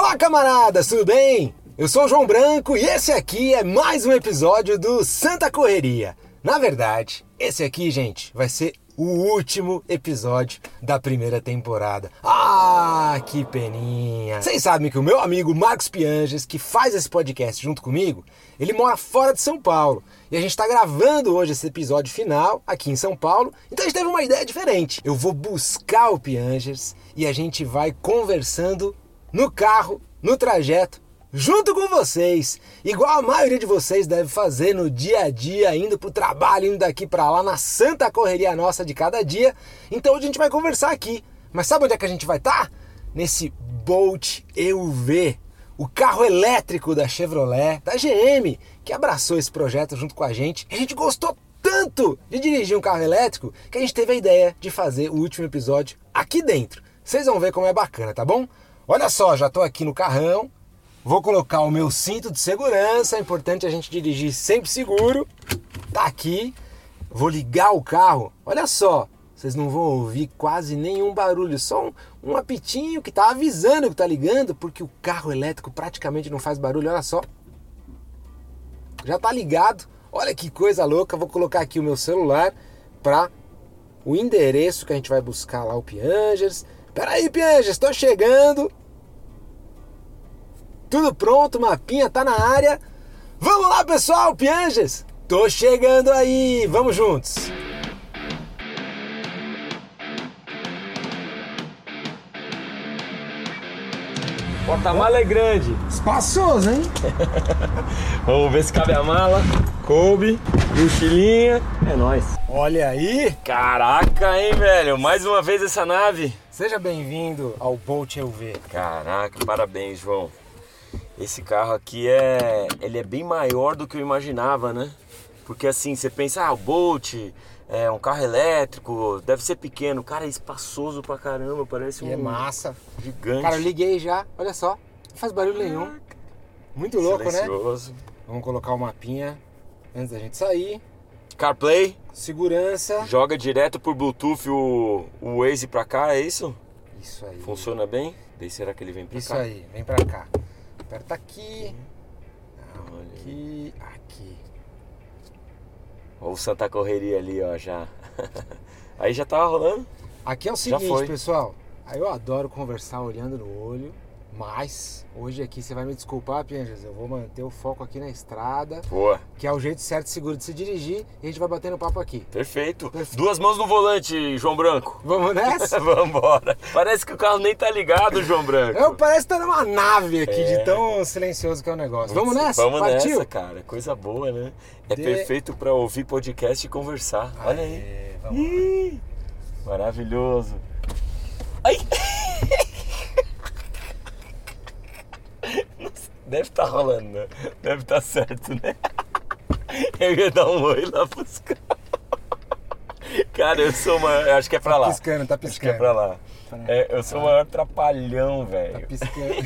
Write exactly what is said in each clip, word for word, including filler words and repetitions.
Olá, camaradas, tudo bem? Eu sou o João Branco e esse aqui é mais um episódio do Santa Correria. Na verdade, esse aqui, gente, vai ser o último episódio da primeira temporada. Ah, que peninha! Vocês sabem que o meu amigo Marcos Pianges, que faz esse podcast junto comigo, ele mora fora de São Paulo. E a gente está gravando hoje esse episódio final aqui em São Paulo, então a gente teve uma ideia diferente. Eu vou buscar o Pianges e a gente vai conversando no carro, no trajeto, junto com vocês, igual a maioria de vocês deve fazer no dia a dia, indo pro trabalho, indo daqui pra lá, na santa correria nossa de cada dia. Então hoje a gente vai conversar aqui. Mas sabe onde é que a gente vai estar? Nesse Bolt E U V, o carro elétrico da Chevrolet, da G M, que abraçou esse projeto junto com a gente. A gente gostou tanto de dirigir um carro elétrico que a gente teve a ideia de fazer o último episódio aqui dentro. Vocês vão ver como é bacana, tá bom? Olha só, já tô aqui no carrão. Vou colocar o meu cinto de segurança, é importante a gente dirigir sempre seguro. Tá aqui, vou ligar o carro. Olha só, vocês não vão ouvir quase nenhum barulho, só um, um apitinho que tá avisando que tá ligando, porque o carro elétrico praticamente não faz barulho, olha só. Já tá ligado, olha que coisa louca. Vou colocar aqui o meu celular para o endereço que a gente vai buscar lá o Pianges. Peraí, Pianges, tô chegando. Tudo pronto, mapinha tá na área. Vamos lá, pessoal, Pianges! Tô chegando aí, vamos juntos! Porta-mala é grande. Espaçoso, hein? Vamos ver se cabe a mala. Coube, mochilinha. É nóis. Olha aí! Caraca, hein, velho? Mais uma vez essa nave. Seja bem-vindo ao Bolt E U V. Caraca, parabéns, João. Esse carro aqui é, ele é bem maior do que eu imaginava, né? Porque assim, você pensa, ah, o Bolt é um carro elétrico, deve ser pequeno. Cara, é espaçoso pra caramba, parece e um... é massa. Gigante. Cara, eu liguei já, olha só, não faz barulho nenhum. Muito louco, silencioso, né? Vamos colocar o mapinha antes da gente sair. CarPlay. Segurança. Joga direto por Bluetooth o, o Waze pra cá, é isso? Isso aí. Funciona bem? Daí será que ele vem pra isso cá? Isso aí, vem pra cá. Aperta aqui, Olha aqui, aqui. Olha o Santa Correria ali, ó, já. Aí já tava rolando? Aqui é o seguinte, pessoal. Eu adoro conversar olhando no olho, mas hoje aqui você vai me desculpar, Pianges, eu vou manter o foco aqui na estrada. Boa. Que é o jeito certo e seguro de se dirigir e a gente vai batendo papo aqui. Perfeito. Perfeito. Duas mãos no volante, João Branco. Vamos nessa? Vamos embora. Parece que o carro nem tá ligado, João Branco. Eu parece que tá numa nave aqui, é. de tão silencioso que é o negócio. Vamos nessa? Vamos Partiu? nessa, cara. Coisa boa, né? É de... perfeito pra ouvir podcast e conversar. Aê, olha aí. Vamos Ih, maravilhoso. Ai. Deve estar tá rolando, né? Deve estar tá certo, né? Eu ia dar um oi lá pros caras. Cara, eu sou uma... Eu acho que é pra tá lá. Tá piscando, tá piscando. Acho que é pra lá. É, eu sou o maior trapalhão, velho. Tá piscando.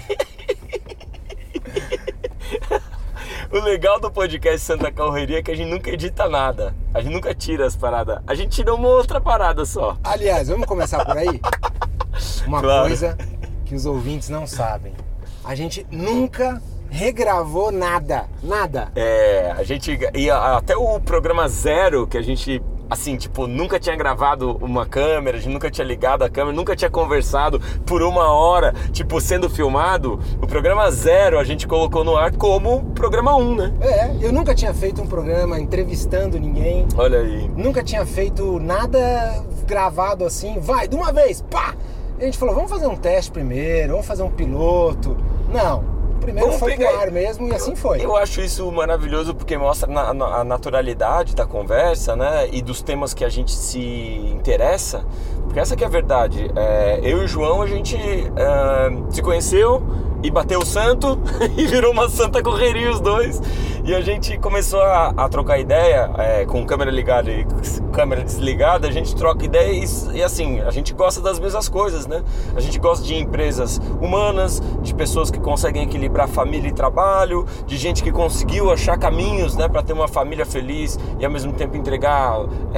O legal do podcast Santa Correria é que a gente nunca edita nada. A gente nunca tira as paradas. A gente tira uma outra parada só. Aliás, vamos começar por aí? Uma claro. coisa que os ouvintes não sabem. A gente nunca regravou nada, nada. É, a gente ia até o programa zero, que a gente, assim, tipo, nunca tinha gravado uma câmera, a gente nunca tinha ligado a câmera, nunca tinha conversado por uma hora, tipo, sendo filmado. O programa zero a gente colocou no ar como programa um, né? É, eu nunca tinha feito um programa entrevistando ninguém. Olha aí. Nunca tinha feito nada gravado assim, vai, de uma vez, pá! A gente falou, vamos fazer um teste primeiro, vamos fazer um piloto. Não. Primeiro vamos foi pegar... pro ar mesmo e eu, assim foi. Eu acho isso maravilhoso porque mostra na, na, a naturalidade da conversa, né? E dos temas que a gente se interessa. Porque essa que é a verdade. É, eu e o João, a gente é, se conheceu e bateu o santo e virou uma santa correria os dois. E a gente começou a, a trocar ideia, é, com câmera ligada e câmera desligada, a gente troca ideia e, e assim, a gente gosta das mesmas coisas, né? A gente gosta de empresas humanas, de pessoas que conseguem equilibrar família e trabalho, de gente que conseguiu achar caminhos, né, para ter uma família feliz e ao mesmo tempo entregar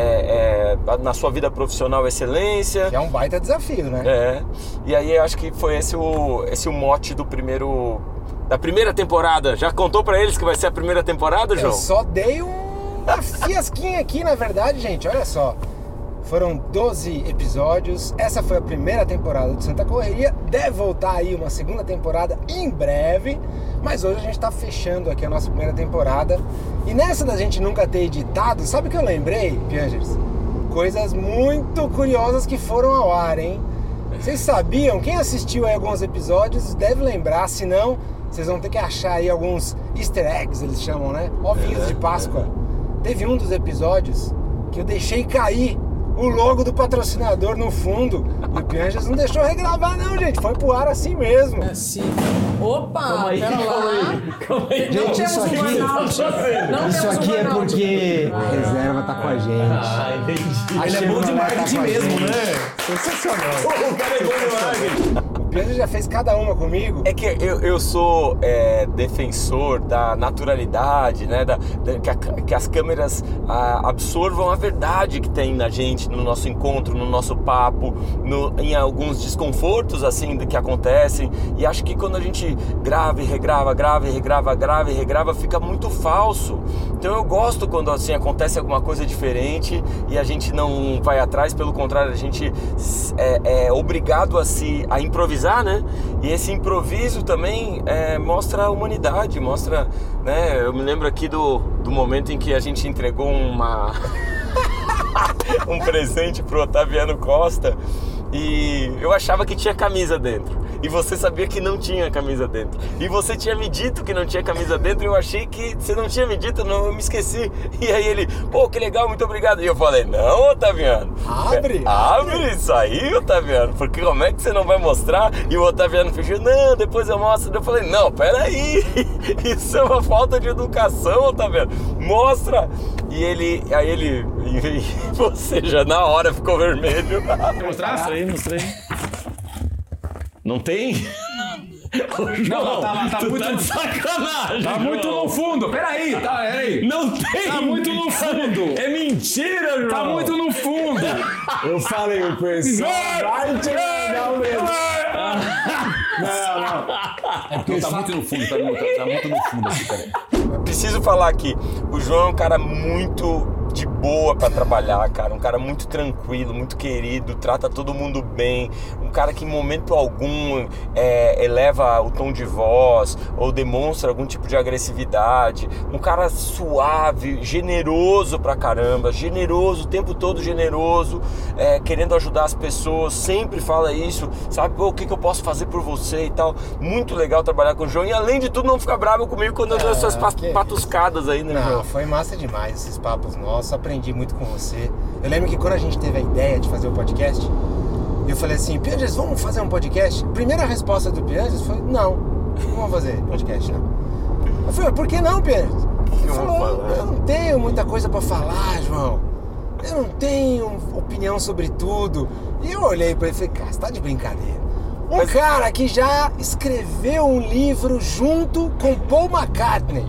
é, é, na sua vida profissional excelência. Que é um baita desafio, né? É, e aí acho que foi esse o, esse o mote do primeiro, da primeira temporada. Já contou pra eles que vai ser a primeira temporada, João? Eu só dei uma fiasquinha aqui, na verdade, gente, olha só. Foram doze episódios, essa foi a primeira temporada do Santa Correria, deve voltar aí uma segunda temporada em breve, mas hoje a gente tá fechando aqui a nossa primeira temporada. E nessa da gente nunca ter editado, sabe o que eu lembrei, Piangers? Coisas muito curiosas que foram ao ar, hein? Vocês sabiam? Quem assistiu aí alguns episódios deve lembrar, se não, vocês vão ter que achar aí alguns easter eggs, eles chamam, né? Ovinhos é, de Páscoa. É. Teve um dos episódios que eu deixei cair o logo do patrocinador no fundo. E o Piangers não deixou regravar não, gente. Foi pro ar assim mesmo. É assim. Opa, calma aí, pera lá. Calma aí, calma aí. Não Gente, temos isso aqui, um burnout. Não isso temos aqui um é burnout. porque a reserva tá com a gente. Ah, entendi. A Ele é bom de Chevrolet marketing tá com a mesmo, gente. né? Sensacional. O cara é bom de marketing. O Piangers já fez cada uma comigo. É que eu, eu sou é, defensor da naturalidade, né? Da, da- que, a- que as câmeras ah, absorvam a verdade que tem na gente, no nosso encontro, no nosso papo, no- em alguns desconfortos assim que acontecem. E acho que quando a gente grava e regrava, grava e regrava, grava e regrava, fica muito falso. Então eu gosto quando assim acontece alguma coisa diferente e a gente não vai atrás, pelo contrário, a gente é, é obrigado a se a improvisar, né? E esse improviso também é, mostra a humanidade, mostra, né? Eu me lembro aqui do, do momento em que a gente entregou uma um presente pro Otaviano Costa e eu achava que tinha camisa dentro. E você sabia que não tinha camisa dentro. E você tinha me dito que não tinha camisa dentro e eu achei que você não tinha me dito, não, eu me esqueci. E aí ele, pô, que legal, muito obrigado. E eu falei, não, Otaviano. Abre. É, abre isso aí, Otaviano. Porque como é que você não vai mostrar? E o Otaviano fingiu, não, depois eu mostro. Eu falei, não, peraí. Isso é uma falta de educação, Otaviano. Mostra. E ele, aí ele, e você já na hora ficou vermelho. Mostrar? Mostrei, mostrei. Não tem? Não, não, tá, tá tu muito tá de sacanagem. Tá muito João. no fundo. Peraí, tá, peraí. Não tem. Tá muito no fundo. É mentira, João. Tá muito no fundo. Eu falei, o pessoal vai te mandar o mesmo. Não, não. É porque tá muito no fundo, tá, muito- tá muito no fundo aqui, peraí. Preciso falar aqui, o João é um cara muito de boa pra trabalhar, cara, um cara muito tranquilo, muito querido, trata todo mundo bem, um cara que em momento algum é, eleva o tom de voz ou demonstra algum tipo de agressividade, um cara suave, generoso pra caramba, generoso, o tempo todo generoso, é, querendo ajudar as pessoas, sempre fala isso, sabe, pô, o que, que eu posso fazer por você e tal, muito legal trabalhar com o João e além de tudo não ficar bravo comigo quando eu dou essas pa- que patuscadas aí, né, Não, João? foi massa demais esses papos nossos, aprendi muito com você. Eu lembro que quando a gente teve a ideia de fazer o podcast, eu falei assim, Piangers, vamos fazer um podcast? Primeira resposta do Piangers foi, não, não vamos fazer podcast, não. Eu falei, por que não, Piangers? Ele eu vou falou, falar? eu não tenho muita coisa pra falar, João. Eu não tenho opinião sobre tudo. E eu olhei pra ele e falei, cara, você tá de brincadeira. Um Mas- cara que já escreveu um livro junto com Paul McCartney.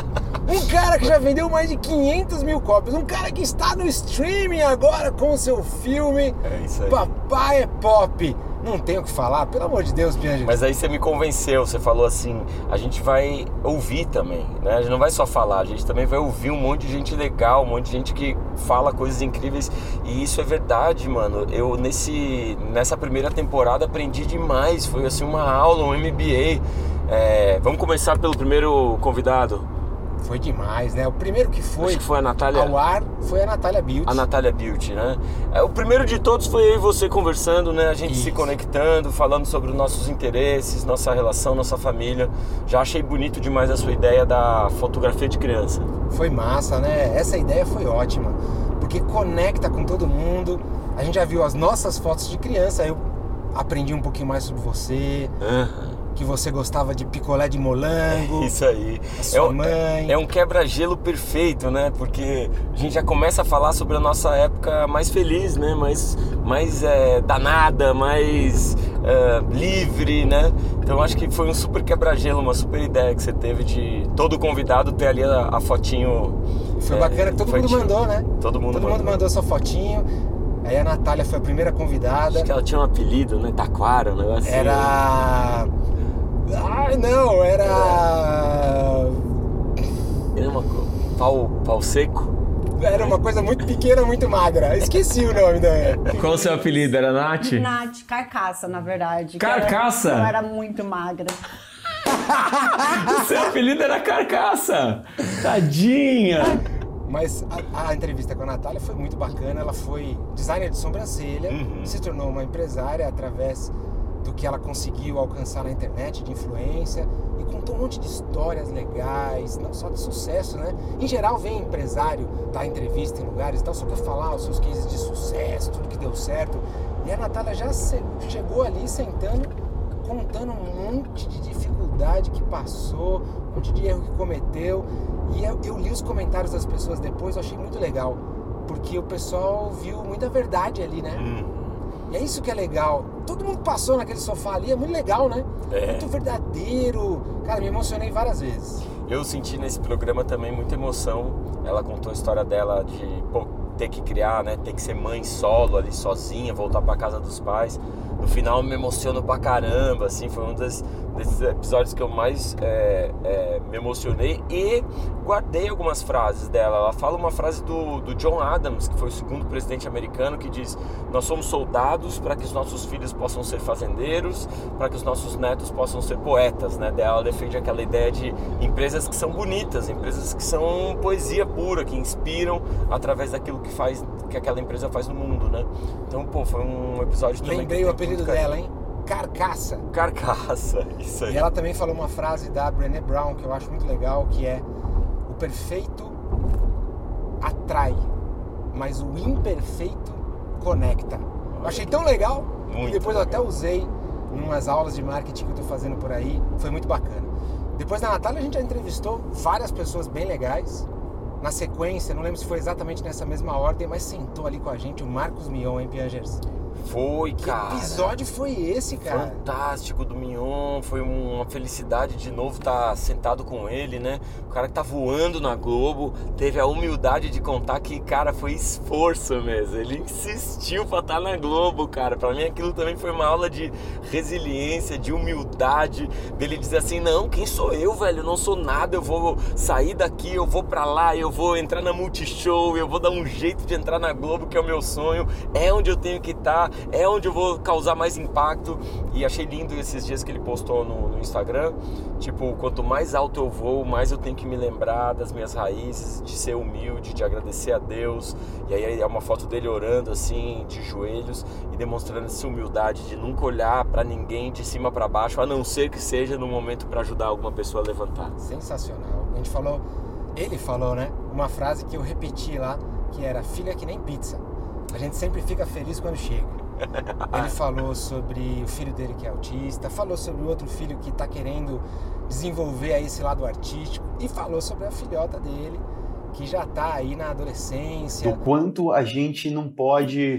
Um cara que já vendeu mais de quinhentas mil cópias. Um cara que está no streaming agora com o seu filme. É isso aí. Papai é pop. Não tenho o que falar, pelo amor de Deus, Piangers. Mas aí você me convenceu, você falou assim, a gente vai ouvir também, né? A gente não vai só falar, a gente também vai ouvir um monte de gente legal, um monte de gente que fala coisas incríveis. E isso é verdade, mano. Eu nesse, nessa primeira temporada aprendi demais, foi assim uma aula, um M B A. É, vamos começar pelo primeiro convidado. Foi demais, né? O primeiro que foi, Acho que foi a Natália. ao ar foi a Natália Beauty. A Natália Beauty, né? É, o primeiro de todos foi eu e você conversando, né? A gente Isso. se conectando, falando sobre os nossos interesses, nossa relação, nossa família. Já achei bonito demais a sua ideia da fotografia de criança. Foi massa, né? Essa ideia foi ótima, porque conecta com todo mundo. A gente já viu as nossas fotos de criança, eu aprendi um pouquinho mais sobre você. Aham. que você gostava de picolé de molango. Isso aí. A sua é um, mãe. É um quebra-gelo perfeito, né? Porque a gente já começa a falar sobre a nossa época mais feliz, né? Mais, mais é, danada, mais é, livre, né? Então acho que foi um super quebra-gelo, uma super ideia que você teve de todo convidado ter ali a, a fotinho. Foi é, bacana que todo infantil. mundo mandou, né? Todo mundo todo mandou. mundo mandou sua fotinho. Aí a Natália foi a primeira convidada. Acho que ela tinha um apelido, né? Taquara, um negócio assim. Era... Ai, não, era... Era uma coisa... Pau, pau seco? Era uma coisa muito pequena, muito magra. Esqueci o nome da... Qual o seu apelido? Era Nath? Nath, carcaça, na verdade. que Carcaça? era- Eu era muito magra. O seu apelido era Carcaça! Tadinha! Mas a, a entrevista com a Natália foi muito bacana. Ela foi designer de sobrancelha, Uhum. se tornou uma empresária através do que ela conseguiu alcançar na internet, de influência, e contou um monte de histórias legais, não só de sucesso, né? Em geral, vem empresário dar entrevista em lugares e tal, só pra falar os seus cases de sucesso, tudo que deu certo. E a Natália já se- chegou ali sentando, contando um monte de dificuldade que passou, um monte de erro que cometeu. E eu, eu li os comentários das pessoas depois, eu achei muito legal, porque o pessoal viu muita verdade ali, né? Hum. E é isso que é legal. Todo mundo passou naquele sofá ali, é muito legal, né? É. Muito verdadeiro. Cara, me emocionei várias vezes. Eu senti nesse programa também muita emoção. Ela contou a história dela de pô, ter que criar, né? Ter que ser mãe solo ali, sozinha, voltar pra casa dos pais. No final me emociono pra caramba, assim, foi um das, desses episódios que eu mais é, é, me emocionei e guardei algumas frases dela. Ela fala uma frase do, do John Adams, que foi o segundo presidente americano, que diz: nós somos soldados para que os nossos filhos possam ser fazendeiros, para que os nossos netos possam ser poetas, né? Ela defende aquela ideia de empresas que são bonitas, empresas que são poesia pura, que inspiram através daquilo que faz, que aquela empresa faz no mundo, né? Então, pô, foi um episódio também. Lembrei que o tem apelido muito carinho. dela, hein? Carcaça. Carcaça, isso aí. E ela também falou uma frase da Brené Brown que eu acho muito legal, que é: o perfeito atrai, mas o imperfeito conecta. Eu achei tão legal, Muito e depois eu legal. até usei em umas aulas de marketing que eu tô fazendo por aí, foi muito bacana. Depois da Natália a gente já entrevistou várias pessoas bem legais. Na sequência, não lembro se foi exatamente nessa mesma ordem, mas sentou ali com a gente o Marcos Mion, hein, Piangers? Foi, Que cara. episódio foi esse, cara? Fantástico do Mignon, foi uma felicidade de novo estar sentado com ele, né? O cara que tá voando na Globo, teve a humildade de contar que, cara, foi esforço mesmo. Ele insistiu pra estar na Globo, cara. Pra mim aquilo também foi uma aula de resiliência, de humildade, dele dizer assim: não, quem sou eu, velho? Eu não sou nada, eu vou sair daqui, eu vou pra lá, eu vou entrar na Multishow, eu vou dar um jeito de entrar na Globo, que é o meu sonho, é onde eu tenho que estar, é onde eu vou causar mais impacto. E achei lindo esses dias que ele postou no, no Instagram, tipo, quanto mais alto eu vou, mais eu tenho que me lembrar das minhas raízes, de ser humilde, de agradecer a Deus. E aí é uma foto dele orando assim, de joelhos, e demonstrando essa humildade de nunca olhar pra ninguém de cima pra baixo, a não ser que seja no momento pra ajudar alguma pessoa a levantar. Sensacional. A gente falou, ele falou, né? Uma frase que eu repeti lá, que era: filho é que nem pizza. A gente sempre fica feliz quando chega. Ele falou sobre o filho dele que é autista, falou sobre o outro filho que tá querendo desenvolver aí esse lado artístico, e falou sobre a filhota dele, que já tá aí na adolescência. Do quanto a gente não pode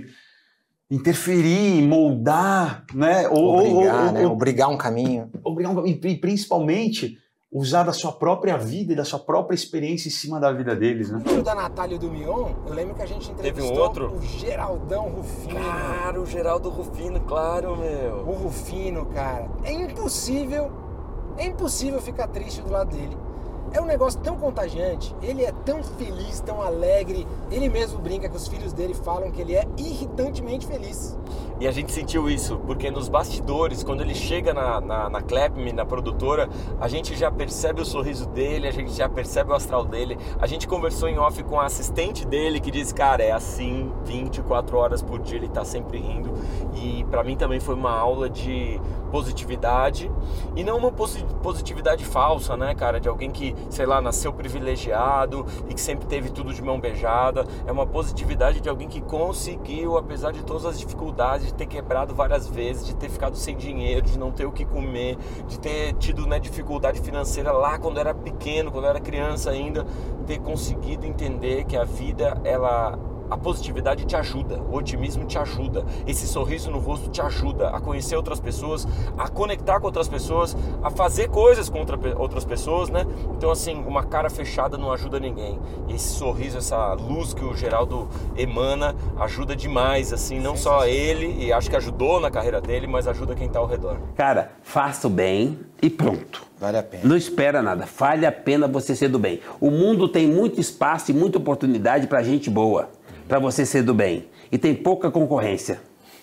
interferir, moldar, né? Ou, Obrigar, ou, né? ou, Obrigar um caminho. obrigar um- e principalmente usar da sua própria vida e da sua própria experiência em cima da vida deles, né? O da Natália e do Mion, eu lembro que a gente entrevistou Teve um outro? o Geraldão Rufino. Cara, o Geraldo Rufino, claro, meu. O Rufino, cara, é impossível, é impossível ficar triste do lado dele. É um negócio tão contagiante, ele é tão feliz, tão alegre, ele mesmo brinca que os filhos dele falam que ele é irritantemente feliz. E a gente sentiu isso, porque nos bastidores, quando ele chega na, na, na Clap-Me, na produtora, a gente já percebe o sorriso dele, a gente já percebe o astral dele. A gente conversou em off com a assistente dele, que diz: cara, é assim, vinte e quatro horas por dia ele tá sempre rindo. E pra mim também foi uma aula de positividade, e não uma posi- positividade falsa, né, cara, de alguém que sei lá, nasceu privilegiado e que sempre teve tudo de mão beijada. É uma positividade de alguém que conseguiu, apesar de todas as dificuldades, de ter quebrado várias vezes, de ter ficado sem dinheiro, de não ter o que comer, de ter tido, né, dificuldade financeira lá quando era pequeno, quando era criança ainda, ter conseguido entender que a vida, ela... a positividade te ajuda, o otimismo te ajuda, esse sorriso no rosto te ajuda a conhecer outras pessoas, a conectar com outras pessoas, a fazer coisas com outra, outras pessoas, né? Então, assim, uma cara fechada não ajuda ninguém. E esse sorriso, essa luz que o Geraldo emana, ajuda demais, assim, não só ele, e acho que ajudou na carreira dele, mas ajuda quem tá ao redor. Cara, faça o bem e pronto. Vale a pena. Não espera nada, vale a pena você ser do bem. O mundo tem muito espaço e muita oportunidade pra gente boa, pra você ser do bem. E tem pouca concorrência.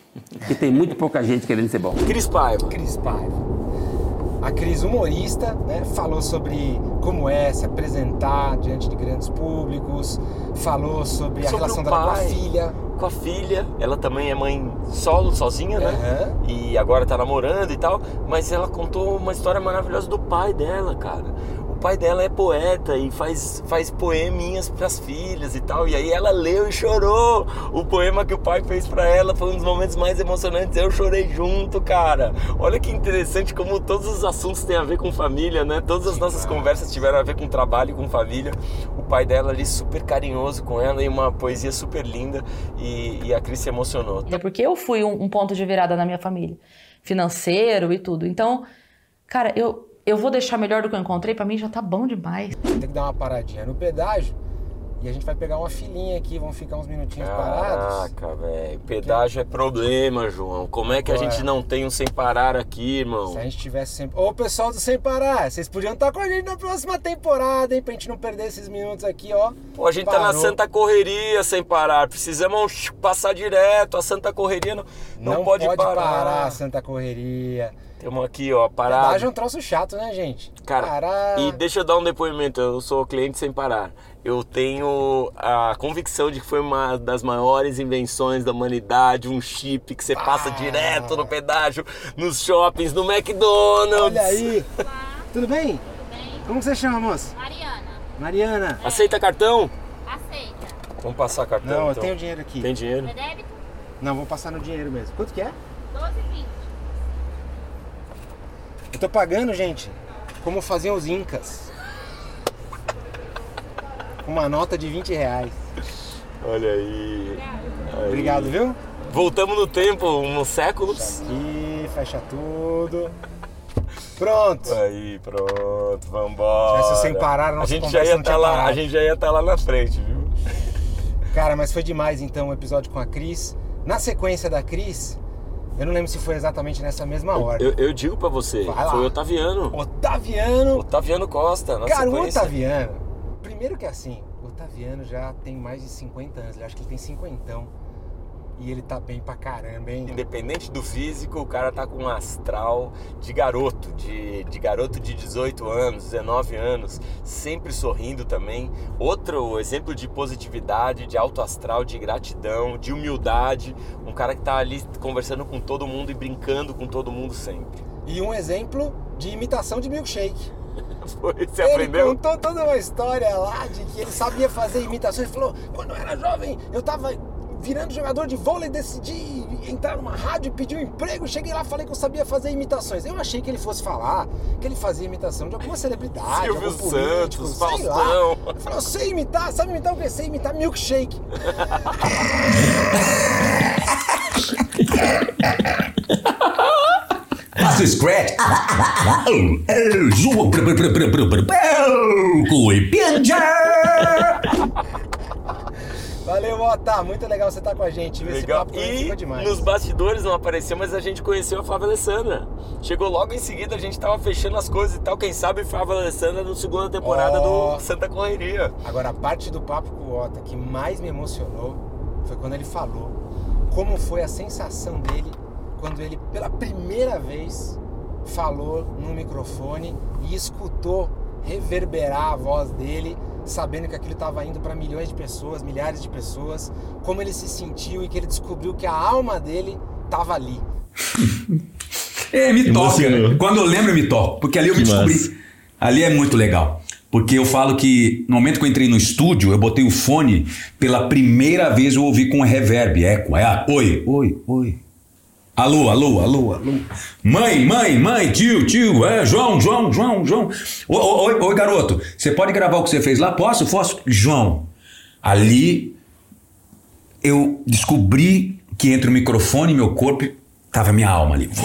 E tem muito pouca gente querendo ser bom. Cris Paiva. Cris Paiva. A Cris, humorista, né, falou sobre como é se apresentar diante de grandes públicos, falou sobre, Sobre a relação o dela com a pai. filha. Com a filha, ela também é mãe solo, sozinha, né? Aham. E agora tá namorando e tal, mas ela contou uma história maravilhosa do pai dela, cara. O pai dela é poeta e faz, faz poeminhas pras filhas e tal, e aí ela leu e chorou. O poema que o pai fez pra ela foi um dos momentos mais emocionantes, eu chorei junto, cara. Olha que interessante como todos os assuntos têm a ver com família, né? Todas as nossas conversas tiveram a ver com trabalho e com família. O pai dela ali super carinhoso com ela e uma poesia super linda. E, e a Cris se emocionou. Até porque eu fui um, um ponto de virada na minha família, financeiro e tudo. Então, cara, eu, eu vou deixar melhor do que eu encontrei, pra mim já tá bom demais. Tem que dar uma paradinha no pedágio e a gente vai pegar uma filinha aqui, vamos ficar uns minutinhos parados. Caraca, velho. Pedágio é problema, João. Como é que a Ué. gente não tem um sem parar aqui, irmão? Se a gente tivesse sempre... Ô, pessoal do Sem Parar, vocês podiam estar com a gente na próxima temporada, hein? Pra gente não perder esses minutos aqui, ó. Pô, a gente tá na Parou. Santa Correria sem parar. Precisamos passar direto. A Santa Correria não, não, Não pode, parar. parar, Santa Correria. Temos aqui, ó, parado. Pedágio é um troço chato, né, gente? Cara, Parar... e deixa eu dar um depoimento, eu sou cliente sem parar. Eu tenho a convicção de que foi uma das maiores invenções da humanidade, um chip que você passa Ah. direto no pedágio, nos shoppings, no McDonald's. Olha aí. Olá, Tudo bem? tudo bem? Como você chama, moça? Mariana, Mariana. Aceita cartão? aceita. Vamos passar cartão, Não, eu então. tenho dinheiro aqui. Tem dinheiro? É débito? Não, vou passar no dinheiro mesmo. Quanto que é? doze e vinte. Eu tô pagando, gente, como faziam os incas. Uma nota de vinte reais. Olha aí. Aí. Obrigado, viu? Voltamos no tempo, uns séculos. Aqui, fecha tudo. Pronto. Aí, pronto, vambora. Tivesse sem parar, a a nossa gente já conversa ia não tá tinha lá, parado. a gente já ia estar lá na frente, viu? Cara, mas foi demais então o episódio com a Cris. Na sequência da Cris, eu não lembro se foi exatamente nessa mesma ordem. Eu, eu digo pra você, Vai lá. foi o Otaviano. Otaviano. Otaviano Costa, na Cara, o sequência. Otaviano, primeiro que assim, o Otaviano já tem mais de cinquenta anos, eu acho que ele tem cinquentão. E ele tá bem pra caramba, hein? Independente do físico, o cara tá com um astral de garoto, de, de garoto de dezoito anos, dezenove anos, sempre sorrindo também. Outro exemplo de positividade, de alto astral, de gratidão, de humildade. Um cara que tá ali conversando com todo mundo e brincando com todo mundo sempre. E um exemplo de imitação de milkshake. Foi, você ele aprendeu? contou toda uma história lá de que ele sabia fazer imitações. Ele falou, quando eu era jovem, eu tava virando jogador de vôlei, decidi entrar numa rádio e pedir um emprego. Cheguei lá, falei que eu sabia fazer imitações. Eu achei que ele fosse falar que ele fazia imitação de alguma celebridade, Silvio algum político, Santos, sei lá. Faustão. Ele falou, eu sei imitar, sabe imitar o que? Sei imitar milkshake. Faço scratch. João Coipinja. Valeu, Mota. Muito legal você estar com a gente. Esse Legal. papo também E ficou demais. nos bastidores não apareceu, mas a gente conheceu a Flávia Alessandra. Chegou logo em seguida, a gente tava fechando as coisas e tal. Quem sabe Flávia Alessandra na segunda temporada Oh. do Santa Correria. Agora, a parte do papo com o Ota que mais me emocionou foi quando ele falou como foi a sensação dele quando ele, pela primeira vez, falou no microfone e escutou reverberar a voz dele, sabendo que aquilo estava indo para milhões de pessoas, milhares de pessoas, como ele se sentiu e que ele descobriu que a alma dele estava ali. É, me toca. Emocionou. Quando eu lembro, me toco. Porque ali eu me Que descobri. massa. Ali é muito legal. Porque eu falo que no momento que eu entrei no estúdio, eu botei o fone, pela primeira vez eu ouvi com reverb, eco. É, ah, oi, oi, oi. Alô, alô, alô, alô. Mãe, mãe, mãe, tio, tio, é, João, João, João, João. Oi, oi, oi, garoto, você pode gravar o que você fez lá? Posso? Posso? João. Ali eu descobri que entre o microfone e meu corpo tava minha alma ali.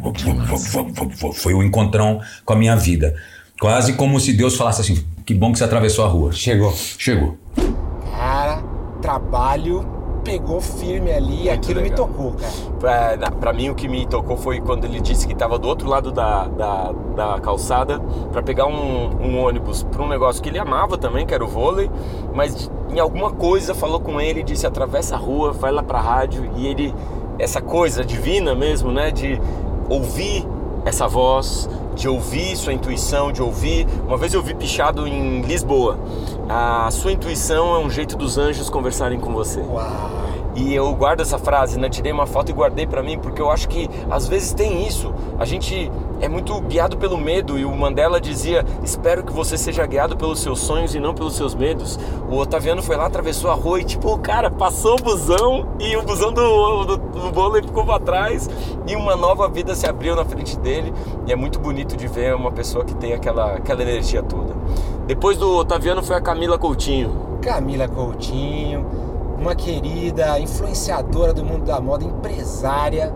Foi o encontrão com a minha vida. Quase como se Deus falasse assim, que bom que você atravessou a rua. Chegou. Chegou. Cara, trabalho pegou firme ali e aquilo me tocou, cara. Pra, pra mim, o que me tocou foi quando ele disse que estava do outro lado da, da, da calçada para pegar um, um ônibus para um negócio que ele amava também, que era o vôlei, mas em alguma coisa falou com ele, disse, atravessa a rua, vai lá pra rádio, e ele, essa coisa divina mesmo, né, de ouvir essa voz, de ouvir sua intuição, de ouvir... Uma vez eu vi pichado em Lisboa, a sua intuição é um jeito dos anjos conversarem com você. Uau. E eu guardo essa frase, né? Tirei uma foto e guardei pra mim, porque eu acho que às vezes tem isso. A gente é muito guiado pelo medo, e o Mandela dizia, espero que você seja guiado pelos seus sonhos e não pelos seus medos. O Otaviano foi lá, atravessou a rua e tipo, cara, passou o busão e o busão do, do, do vôlei ficou pra trás e uma nova vida se abriu na frente dele. E é muito bonito de ver uma pessoa que tem aquela, aquela energia toda. Depois do Otaviano foi a Camila Coutinho. Camila Coutinho, uma querida influenciadora do mundo da moda, empresária.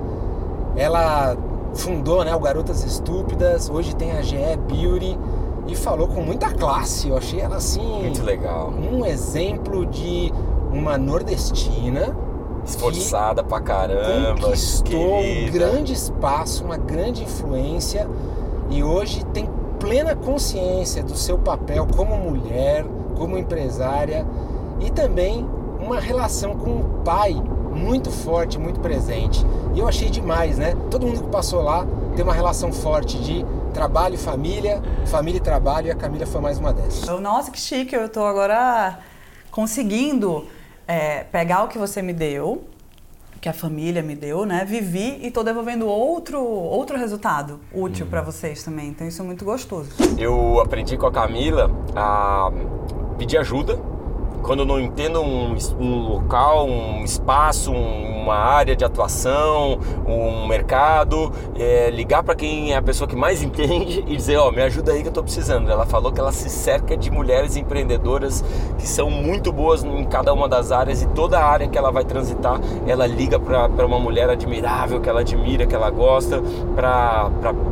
Ela fundou, né, o Garotas Estúpidas, hoje tem a G E Beauty e falou com muita classe. Eu achei ela assim... Muito legal. Um exemplo de uma nordestina esforçada pra caramba, conquistou querida. um grande espaço, uma grande influência e hoje tem plena consciência do seu papel como mulher, como empresária e também uma relação com o pai muito forte, muito presente. E eu achei demais, né? Todo mundo que passou lá tem uma relação forte de trabalho e família, família e trabalho, e a Camila foi mais uma dessas. Nossa, que chique, eu tô agora conseguindo é, pegar o que você me deu, que a família me deu, né? Vivi e tô devolvendo outro, outro resultado útil para vocês também. Então isso é muito gostoso. Eu aprendi com a Camila a pedir ajuda quando eu não entendo um, um local, um espaço, um, uma área de atuação, um mercado, é, ligar para quem é a pessoa que mais entende e dizer, ó, oh, me ajuda aí que eu tô precisando. Ela falou que ela se cerca de mulheres empreendedoras que são muito boas em cada uma das áreas, e toda a área que ela vai transitar, ela liga para uma mulher admirável, que ela admira, que ela gosta, para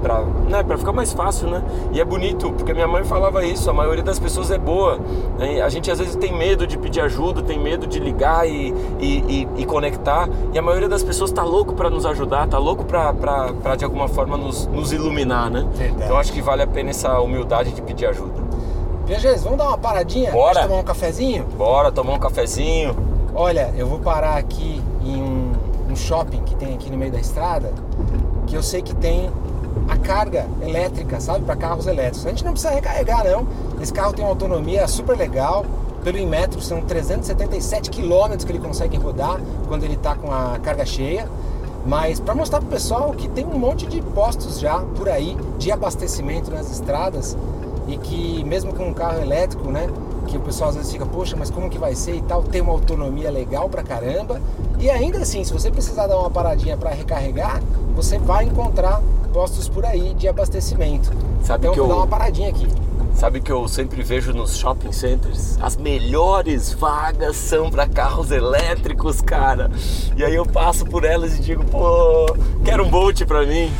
né, pra ficar mais fácil, né? E é bonito, porque minha mãe falava isso, a maioria das pessoas é boa, né? A gente às vezes tem medo de pedir ajuda, tem medo de ligar e, e, e, e conectar, e a maioria das pessoas tá louco para nos ajudar, tá louco para de alguma forma nos, nos iluminar, né? Verdade. Então acho que vale a pena essa humildade de pedir ajuda. Viajantes, vamos dar uma paradinha? Bora! Vamos tomar um cafezinho? Bora tomar um cafezinho. Olha, eu vou parar aqui em um, um shopping que tem aqui no meio da estrada, que eu sei que tem a carga elétrica, sabe? Para carros elétricos. A gente não precisa recarregar, não. Esse carro tem uma autonomia super legal. Pelo Inmetro são trezentos e setenta e sete quilômetros que ele consegue rodar quando ele está com a carga cheia. Mas para mostrar para o pessoal que tem um monte de postos já por aí de abastecimento nas estradas, e que mesmo com um carro elétrico, né, que o pessoal às vezes fica, poxa, mas como que vai ser e tal, tem uma autonomia legal pra caramba. E ainda assim, se você precisar dar uma paradinha para recarregar, você vai encontrar postos por aí de abastecimento. Sabe então que eu vou eu... dar uma paradinha aqui. Sabe que eu sempre vejo nos shopping centers? As melhores vagas são para carros elétricos, cara. E aí eu passo por elas e digo, pô, quero um Bolt pra mim.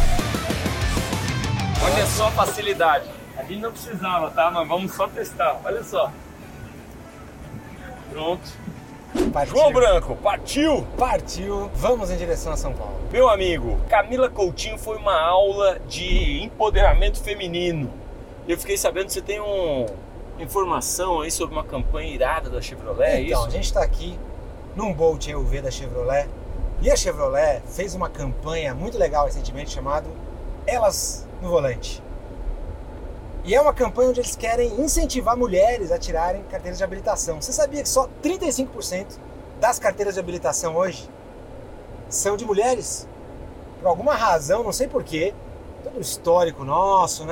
Olha só a facilidade. A gente não precisava, tá? Mas vamos só testar. Olha só. Pronto. Partiu. João Branco, partiu! Partiu, vamos em direção a São Paulo. Meu amigo, Camila Coutinho foi uma aula de empoderamento feminino. Eu fiquei sabendo que você tem uma informação aí sobre uma campanha irada da Chevrolet, Então, é isso? a gente está aqui num Bolt E U V da Chevrolet, e a Chevrolet fez uma campanha muito legal recentemente chamada Elas no Volante. E é uma campanha onde eles querem incentivar mulheres a tirarem carteiras de habilitação. Você sabia que só trinta e cinco por cento das carteiras de habilitação hoje são de mulheres? Por alguma razão, não sei porquê, todo o histórico nosso, né?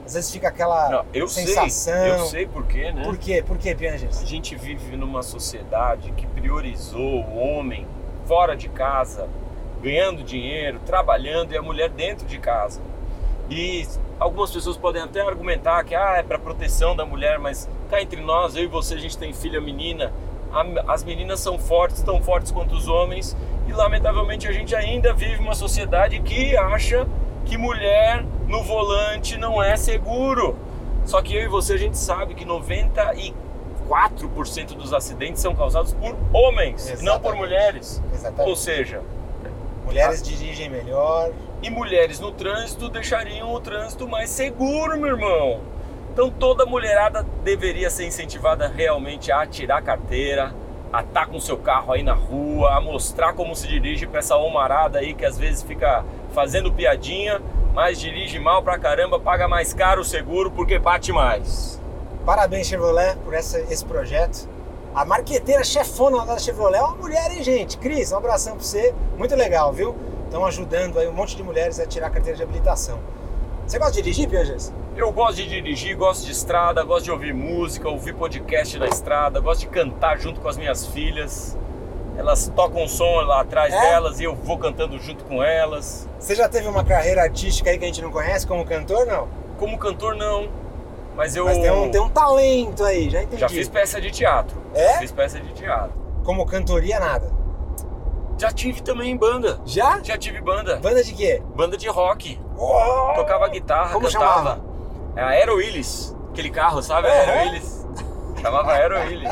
Às vezes fica aquela Não, eu sensação... sei, eu sei por quê, né? Por quê? Por quê, Pianges? A gente vive numa sociedade que priorizou o homem fora de casa, ganhando dinheiro, trabalhando, e a mulher dentro de casa. E algumas pessoas podem até argumentar que ah, é para proteção da mulher, mas cá entre nós, eu e você, a gente tem filha menina, as meninas são fortes, tão fortes quanto os homens, e lamentavelmente a gente ainda vive uma sociedade que acha que mulher no volante não é seguro. Só que eu e você, a gente sabe que noventa e quatro por cento dos acidentes são causados por homens, Exatamente. e não por mulheres. Exatamente. Ou seja, mulheres a... dirigem melhor. E mulheres no trânsito deixariam o trânsito mais seguro, meu irmão. Então toda mulherada deveria ser incentivada realmente a tirar a carteira, a estar com o seu carro aí na rua, a mostrar como se dirige para essa homarada aí que às vezes fica fazendo piadinha, mas dirige mal pra caramba, paga mais caro o seguro porque bate mais. Parabéns, Chevrolet, por essa, esse projeto. A marqueteira chefona da Chevrolet é uma mulher, hein, gente? Cris, um abração pra você. Muito legal, viu? Estão ajudando aí um monte de mulheres a tirar a carteira de habilitação. Você gosta de dirigir, Pianges? Eu gosto de dirigir, gosto de estrada, gosto de ouvir música, ouvir podcast na estrada, gosto de cantar junto com as minhas filhas. Elas tocam um som lá atrás é? delas e eu vou cantando junto com elas. Você já teve uma carreira artística aí que a gente não conhece como cantor, não? Como cantor, não. Mas eu... Mas tem um, tem um talento aí, já entendi. Já fiz peça de teatro. É? Fiz peça de teatro. Como cantoria, nada? Já tive também banda. Já? Já tive banda. Banda de quê? Banda de rock. Oh! Tocava guitarra, Como cantava. chamava? É a Aero Willis. Aquele carro, sabe? Uhum. Aero Willis. Chamava Aero Willis.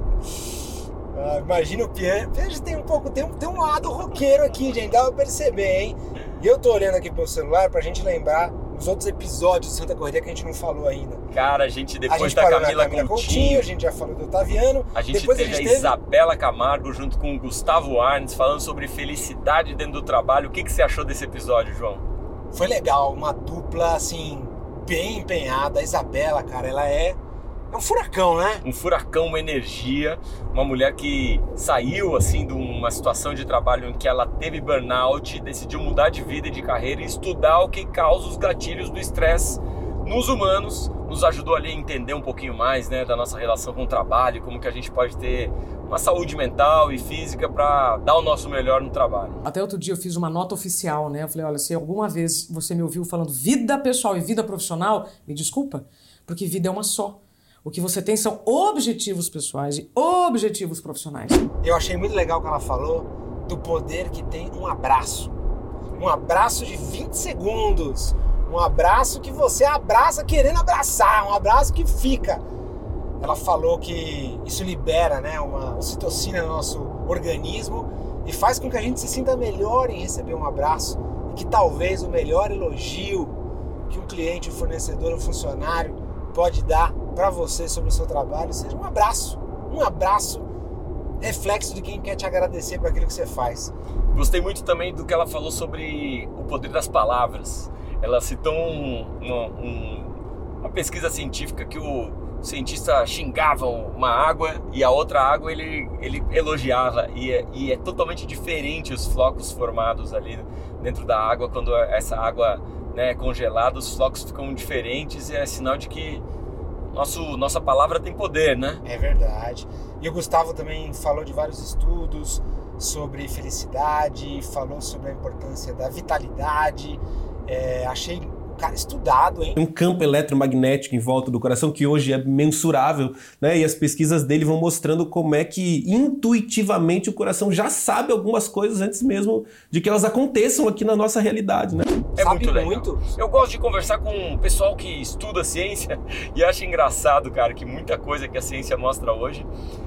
Ah, imagina o Pian. Pian tem um pouco, tem um, tem um lado roqueiro aqui, gente. Dá pra perceber, hein? E eu tô olhando aqui pro celular pra gente lembrar os outros episódios de Santa Correria que a gente não falou ainda. Cara, a gente depois a gente da parou Camila na Camila Coutinho, Coutinho, a gente já falou do Otaviano. A gente depois teve a, gente a teve... Isabela Camargo junto com o Gustavo Arnes falando sobre felicidade dentro do trabalho. O que, que você achou desse episódio, João? Foi legal, uma dupla assim, bem empenhada. A Isabela, cara, ela é... É um furacão, né? Um furacão, uma energia, uma mulher que saiu assim de uma situação de trabalho em que ela teve burnout, decidiu mudar de vida e de carreira e estudar o que causa os gatilhos do estresse nos humanos, nos ajudou ali a entender um pouquinho mais, né, da nossa relação com o trabalho, como que a gente pode ter uma saúde mental e física para dar o nosso melhor no trabalho. Até outro dia eu fiz uma nota oficial, né? Eu falei, olha, se alguma vez você me ouviu falando vida pessoal e vida profissional, me desculpa, porque vida é uma só. O que você tem são objetivos pessoais e objetivos profissionais. Eu achei muito legal que ela falou do poder que tem um abraço. Um abraço de vinte segundos. Um abraço que você abraça querendo abraçar. Um abraço que fica. Ela falou que isso libera, né, uma ocitocina no nosso organismo e faz com que a gente se sinta melhor em receber um abraço. E que talvez o melhor elogio que um cliente, um fornecedor, um funcionário pode dar para você sobre o seu trabalho seja um abraço, um abraço reflexo de quem quer te agradecer por aquilo que você faz. Gostei muito também do que ela falou sobre o poder das palavras. Ela citou um, uma, um, uma pesquisa científica que o cientista xingava uma água e a outra água ele, ele elogiava e é, e é totalmente diferente os flocos formados ali dentro da água quando essa água, né, congelada, os flocos ficam diferentes e é sinal de que nosso, nossa palavra tem poder, né? É verdade. E o Gustavo também falou de vários estudos sobre felicidade, falou sobre a importância da vitalidade. É, achei o cara estudado, hein? Um campo eletromagnético em volta do coração que hoje é mensurável, né? E as pesquisas dele vão mostrando como é que intuitivamente o coração já sabe algumas coisas antes mesmo de que elas aconteçam aqui na nossa realidade, né? É Sabe muito legal. muito? Eu gosto de conversar com o pessoal que estuda ciência e acho engraçado, cara, que muita coisa que a ciência mostra hoje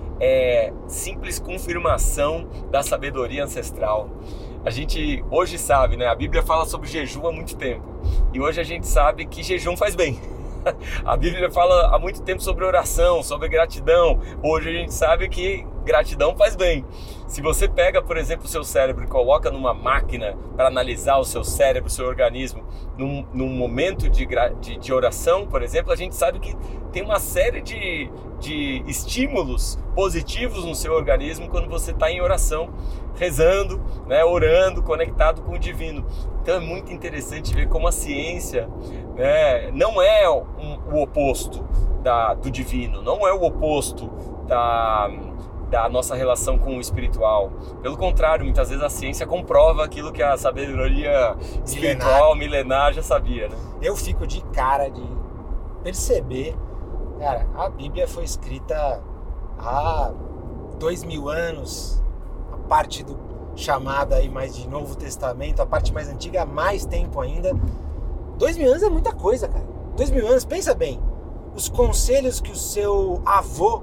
é simples confirmação da sabedoria ancestral. A gente hoje sabe, né? A Bíblia fala sobre jejum há muito tempo. E hoje a gente sabe que jejum faz bem. A Bíblia fala há muito tempo sobre oração, sobre gratidão. Hoje a gente sabe que gratidão faz bem. Se você pega, por exemplo, o seu cérebro e coloca numa máquina para analisar o seu cérebro, o seu organismo, num, num momento de, de, de oração, por exemplo, a gente sabe que tem uma série de, de estímulos positivos no seu organismo quando você está em oração, rezando, né, orando, conectado com o divino. Então é muito interessante ver como a ciência né? Não é um, o oposto da, do divino, não é o oposto da, da nossa relação com o espiritual. Pelo contrário, muitas vezes a ciência comprova aquilo que a sabedoria espiritual milenar já sabia, né? Eu fico de cara de perceber, cara, a Bíblia foi escrita há dois mil anos, a parte do chamada aí mais de Novo Testamento, a parte mais antiga há mais tempo ainda. Dois mil anos é muita coisa, cara. Dois mil anos, pensa bem, os conselhos que o seu avô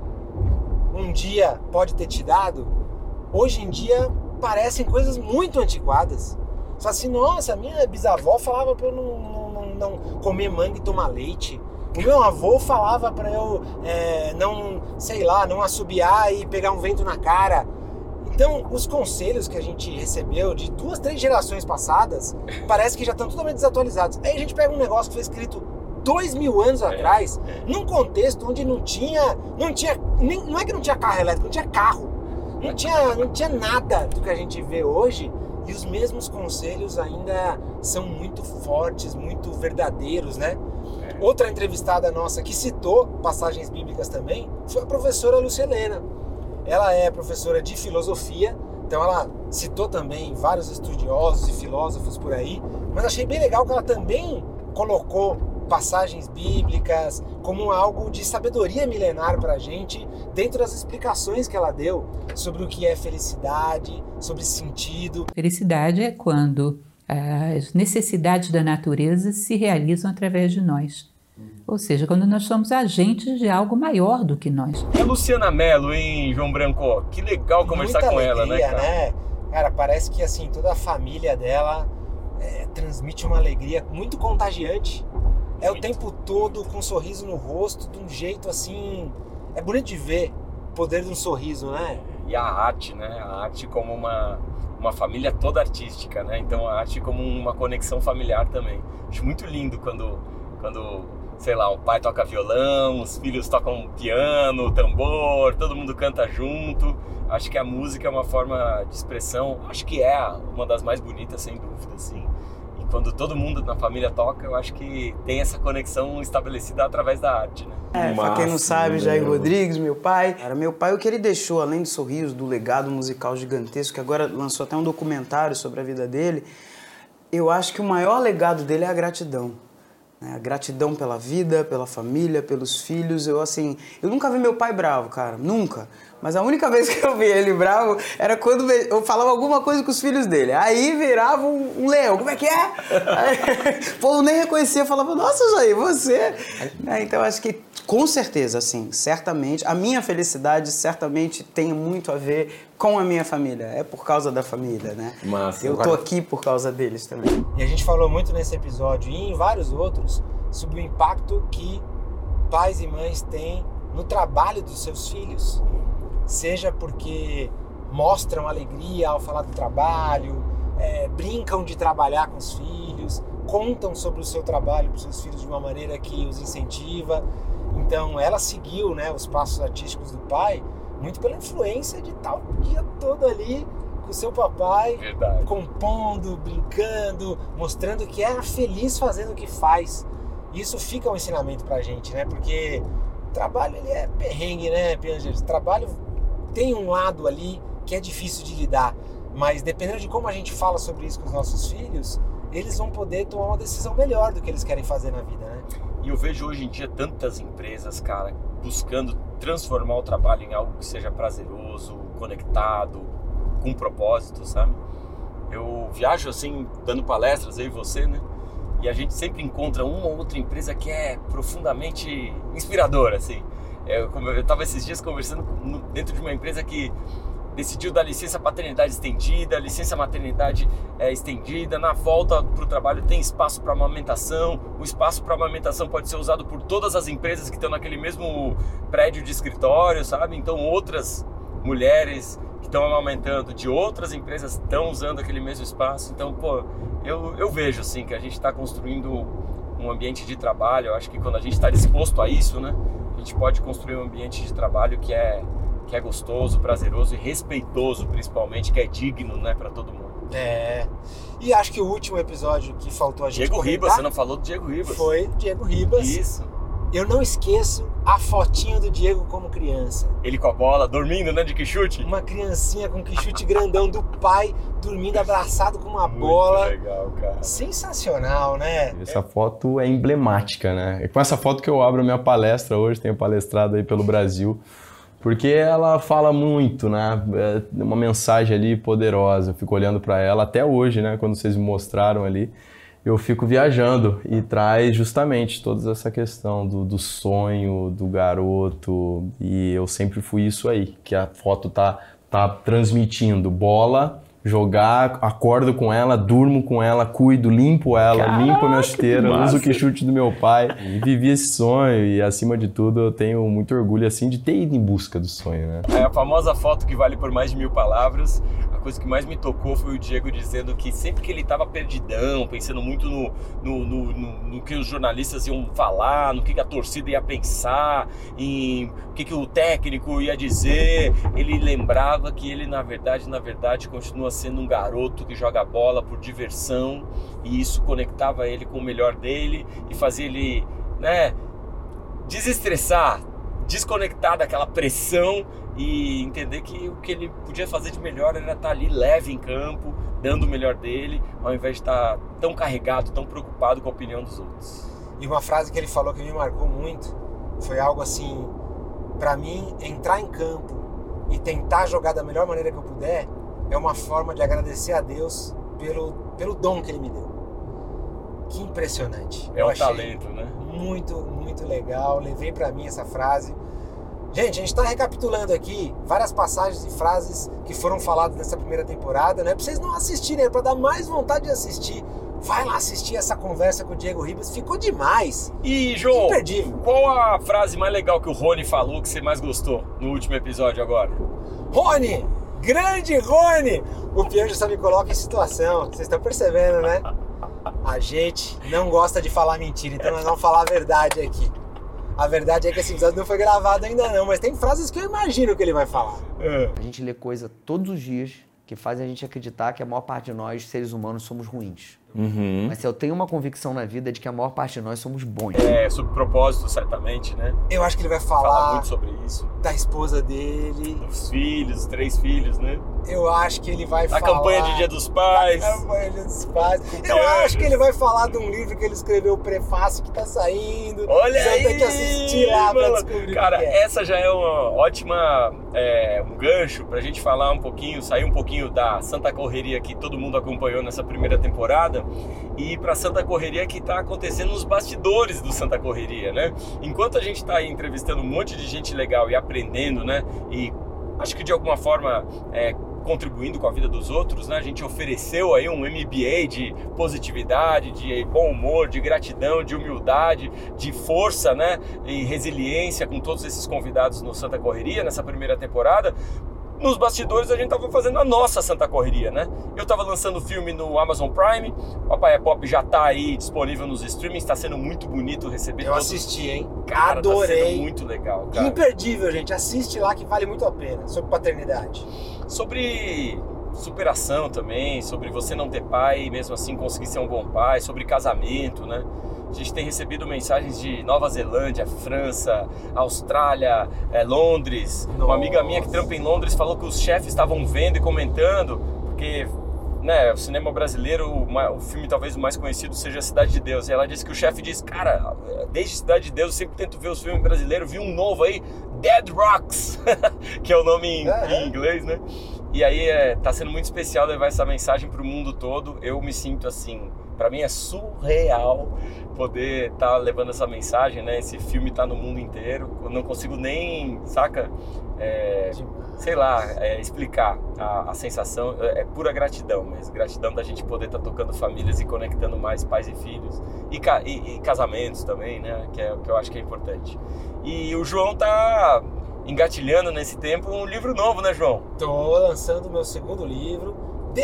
um dia pode ter te dado, hoje em dia parecem coisas muito antiquadas. Só assim, nossa, minha bisavó falava pra eu não, não, não comer manga e tomar leite. O meu avô falava pra eu é, não, sei lá, não assobiar e pegar um vento na cara. Então, os conselhos que a gente recebeu de duas, três gerações passadas, parece que já estão totalmente desatualizados. Aí a gente pega um negócio que foi escrito dois mil anos é, atrás, é. num contexto onde não tinha, não tinha, nem, não é que não tinha carro elétrico, não tinha carro, não tinha, não tinha nada do que a gente vê hoje, e os mesmos conselhos ainda são muito fortes, muito verdadeiros, né? É. Outra entrevistada nossa que citou passagens bíblicas também foi a professora Lúcia Helena. Ela é professora de filosofia, então ela citou também vários estudiosos e filósofos por aí, mas achei bem legal que ela também colocou passagens bíblicas como algo de sabedoria milenar pra gente, dentro das explicações que ela deu sobre o que é felicidade, sobre sentido. Felicidade é quando as necessidades da natureza se realizam através de nós. Ou seja, quando nós somos agentes de algo maior do que nós. E a Luciana Mello, hein, João Branco? Que legal conversar Muita com alegria, ela, né, cara? né? Cara, parece que assim, toda a família dela é, transmite uma alegria muito contagiante. É muito. O tempo todo com um sorriso no rosto, de um jeito assim... É bonito de ver o poder de um sorriso, né? E a arte, né? A arte como uma, uma família toda artística, né? Então a arte como uma conexão familiar também. Acho muito lindo quando... quando sei lá, o pai toca violão, os filhos tocam piano, tambor, todo mundo canta junto. Acho que a música é uma forma de expressão, acho que é uma das mais bonitas, sem dúvida, assim. E quando todo mundo na família toca, eu acho que tem essa conexão estabelecida através da arte, né? É, pra quem não sabe, Jair Rodrigues, meu pai. Era meu pai, o que ele deixou, além de sorriso, do legado musical gigantesco, que agora lançou até um documentário sobre a vida dele, eu acho que o maior legado dele é a gratidão. A gratidão pela vida, pela família, pelos filhos. Eu, assim, eu nunca vi meu pai bravo, cara, nunca. Mas a única vez que eu vi ele bravo era quando eu falava alguma coisa com os filhos dele. Aí virava um, um leão, como é que é? Aí, o povo nem reconhecia, falava, nossa, Jair, você... Então, acho que, com certeza, assim, certamente, a minha felicidade certamente tem muito a ver com a minha família. É por causa da família, né? Massa, eu tô aqui por causa deles também. E a gente falou muito nesse episódio e em vários outros sobre o impacto que pais e mães têm no trabalho dos seus filhos. Seja porque mostram alegria ao falar do trabalho, é, brincam de trabalhar com os filhos, contam sobre o seu trabalho para os seus filhos de uma maneira que os incentiva. Então ela seguiu, né, os passos artísticos do pai muito pela influência de estar o dia todo ali com o seu papai, Verdade. compondo, brincando, mostrando que era feliz fazendo o que faz. Isso fica um ensinamento pra gente, né? Porque o trabalho ele é perrengue, né, Piangers? O trabalho tem um lado ali que é difícil de lidar, mas dependendo de como a gente fala sobre isso com os nossos filhos, eles vão poder tomar uma decisão melhor do que eles querem fazer na vida, né? E eu vejo hoje em dia tantas empresas, cara, buscando transformar o trabalho em algo que seja prazeroso, conectado, com propósito, sabe? Eu viajo assim, dando palestras, eu e você, né? E a gente sempre encontra uma ou outra empresa que é profundamente inspiradora, assim. Eu, eu tava esses dias conversando dentro de uma empresa que decidiu dar licença paternidade estendida, licença maternidade é, estendida. Na volta para o trabalho tem espaço para amamentação. O espaço para amamentação pode ser usado por todas as empresas que estão naquele mesmo prédio de escritório, sabe? Então outras mulheres que estão amamentando de outras empresas estão usando aquele mesmo espaço. Então, pô, eu, eu vejo assim que a gente está construindo um ambiente de trabalho. Eu acho que quando a gente está disposto a isso, né, a gente pode construir um ambiente de trabalho que é que é gostoso, prazeroso e respeitoso, principalmente, que é digno, né, para todo mundo. É. E acho que o último episódio que faltou a gente Diego comentar Ribas, você não falou do Diego Ribas. Foi Diego Ribas. Isso. Eu não esqueço a fotinha do Diego como criança. Ele com a bola, dormindo, né, de quichute? Uma criancinha com quichute grandão do pai, dormindo abraçado com uma Muito bola. legal, cara. Sensacional, né? Essa foto é emblemática, né? É com essa foto que eu abro a minha palestra hoje, tenho palestrado aí pelo Brasil, porque ela fala muito, né? É uma mensagem ali poderosa. Eu fico olhando para ela até hoje, né? Quando vocês me mostraram ali, eu fico viajando e traz justamente toda essa questão do, do sonho, do garoto, e eu sempre fui isso aí, que a foto tá, tá transmitindo. Bola, jogar, acordo com ela, durmo com ela, cuido, limpo ela, Caraca, limpo a minha chuteira, uso o quichute do meu pai, e vivi esse sonho, e acima de tudo eu tenho muito orgulho assim de ter ido em busca do sonho, né? É a famosa foto que vale por mais de mil palavras. A coisa que mais me tocou foi o Diego dizendo que sempre que ele estava perdidão, pensando muito no, no, no, no, no que os jornalistas iam falar, no que a torcida ia pensar, em o que, que o técnico ia dizer, ele lembrava que ele, na verdade, na verdade, continua sendo um garoto que joga bola por diversão, e isso conectava ele com o melhor dele e fazia ele, né, desestressar, desconectar daquela pressão e entender que o que ele podia fazer de melhor era estar ali leve em campo, dando o melhor dele, ao invés de estar tão carregado, tão preocupado com a opinião dos outros. E uma frase que ele falou que me marcou muito foi algo assim, pra mim, entrar em campo e tentar jogar da melhor maneira que eu puder é uma forma de agradecer a Deus pelo, pelo dom que ele me deu. Que impressionante. É eu um achei talento, né? Muito, muito legal. Levei pra mim essa frase. Gente, a gente está recapitulando aqui várias passagens e frases que foram faladas nessa primeira temporada, né? Pra vocês não assistirem, é pra dar mais vontade de assistir. Vai lá assistir essa conversa com o Diego Ribas, ficou demais. E, João, imperdível. Qual a frase mais legal que o Rony falou que você mais gostou no último episódio agora? Rony! Grande Rony! O Pianjo só me coloca em situação, vocês estão percebendo, né? A gente não gosta de falar mentira, então nós vamos falar a verdade aqui. A verdade é que esse episódio não foi gravado ainda não, mas tem frases que eu imagino que ele vai falar. É. A gente lê coisa todos os dias que fazem a gente acreditar que a maior parte de nós, seres humanos, somos ruins. Uhum. Mas se eu tenho uma convicção na vida de que a maior parte de nós somos bons. É, sobre propósito, certamente, né? Eu acho que ele vai falar... Fala muito sobre isso. Da esposa dele. Dos filhos, dos três filhos, né? Eu acho que ele vai da falar... Da campanha de Dia dos Pais. Da campanha de Dia dos Pais. Eu é. acho que ele vai falar de um livro que ele escreveu, o prefácio que tá saindo. Olha Você aí! Tem que assistir lá mano. pra descobrir. Cara, o que é. essa já é uma ótima... É, um gancho pra gente falar um pouquinho, sair um pouquinho da Santa Correria que todo mundo acompanhou nessa primeira temporada e pra Santa Correria que tá acontecendo nos bastidores do Santa Correria, né? Enquanto a gente tá aí entrevistando um monte de gente legal e aprendendo, né? E acho que de alguma forma é, contribuindo com a vida dos outros, né? A gente ofereceu aí um M B A de positividade, de bom humor, de gratidão, de humildade, de força, né? E resiliência com todos esses convidados no Santa Correria nessa primeira temporada. Nos bastidores a gente tava fazendo a nossa Santa Correria, né? Eu tava lançando o filme no Amazon Prime, Papai é Pop já tá aí disponível nos streamings, tá sendo muito bonito receber. Eu todos... assisti, hein? Cara, adorei. Tá sendo muito legal, cara. Imperdível, gente. Assiste lá que vale muito a pena. Sobre paternidade. Sobre superação também, sobre você não ter pai e mesmo assim conseguir ser um bom pai, sobre casamento, né? A gente tem recebido mensagens de Nova Zelândia, França, Austrália, é, Londres. Nossa. Uma amiga minha que trampa em Londres falou que os chefes estavam vendo e comentando, porque, né, o cinema brasileiro, o, o filme talvez o mais conhecido seja Cidade de Deus. E ela disse que o chefe disse, cara, desde Cidade de Deus eu sempre tento ver os filmes brasileiros, vi um novo aí, Dead Rocks, que é o nome em, é, em inglês, né? E aí é, tá sendo muito especial levar essa mensagem pro mundo todo. Eu me sinto assim, pra mim é surreal poder estar tá levando essa mensagem, né? Esse filme tá no mundo inteiro. Eu não consigo nem, saca? É, sei lá, é, explicar a, a sensação. É pura gratidão, mas gratidão da gente poder estar tá tocando famílias e conectando mais pais e filhos. E, e, e casamentos também, né? Que é o que eu acho que é importante. E o João tá engatilhando nesse tempo um livro novo, né, João? Tô lançando meu segundo livro,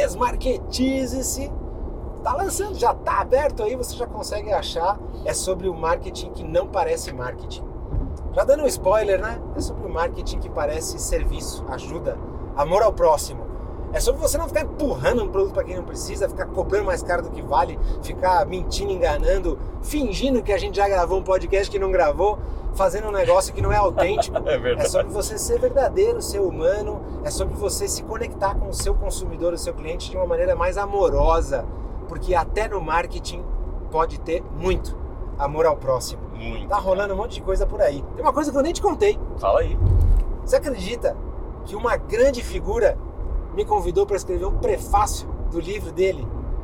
Desmarketize-se. Tá lançando, já tá aberto aí, você já consegue achar. É sobre o marketing que não parece marketing. Já dando um spoiler, né? É sobre o marketing que parece serviço, ajuda, amor ao próximo. É sobre você não ficar empurrando um produto para quem não precisa, ficar cobrando mais caro do que vale, ficar mentindo, enganando, fingindo que a gente já gravou um podcast que não gravou, fazendo um negócio que não é autêntico. É verdade. É sobre você ser verdadeiro, ser humano, é sobre você se conectar com o seu consumidor, o seu cliente de uma maneira mais amorosa, porque até no marketing pode ter muito amor ao próximo. Muito. Tá rolando um monte de coisa por aí. Tem uma coisa que eu nem te contei. Fala aí. Você acredita que uma grande figura me convidou para escrever um prefácio do livro dele?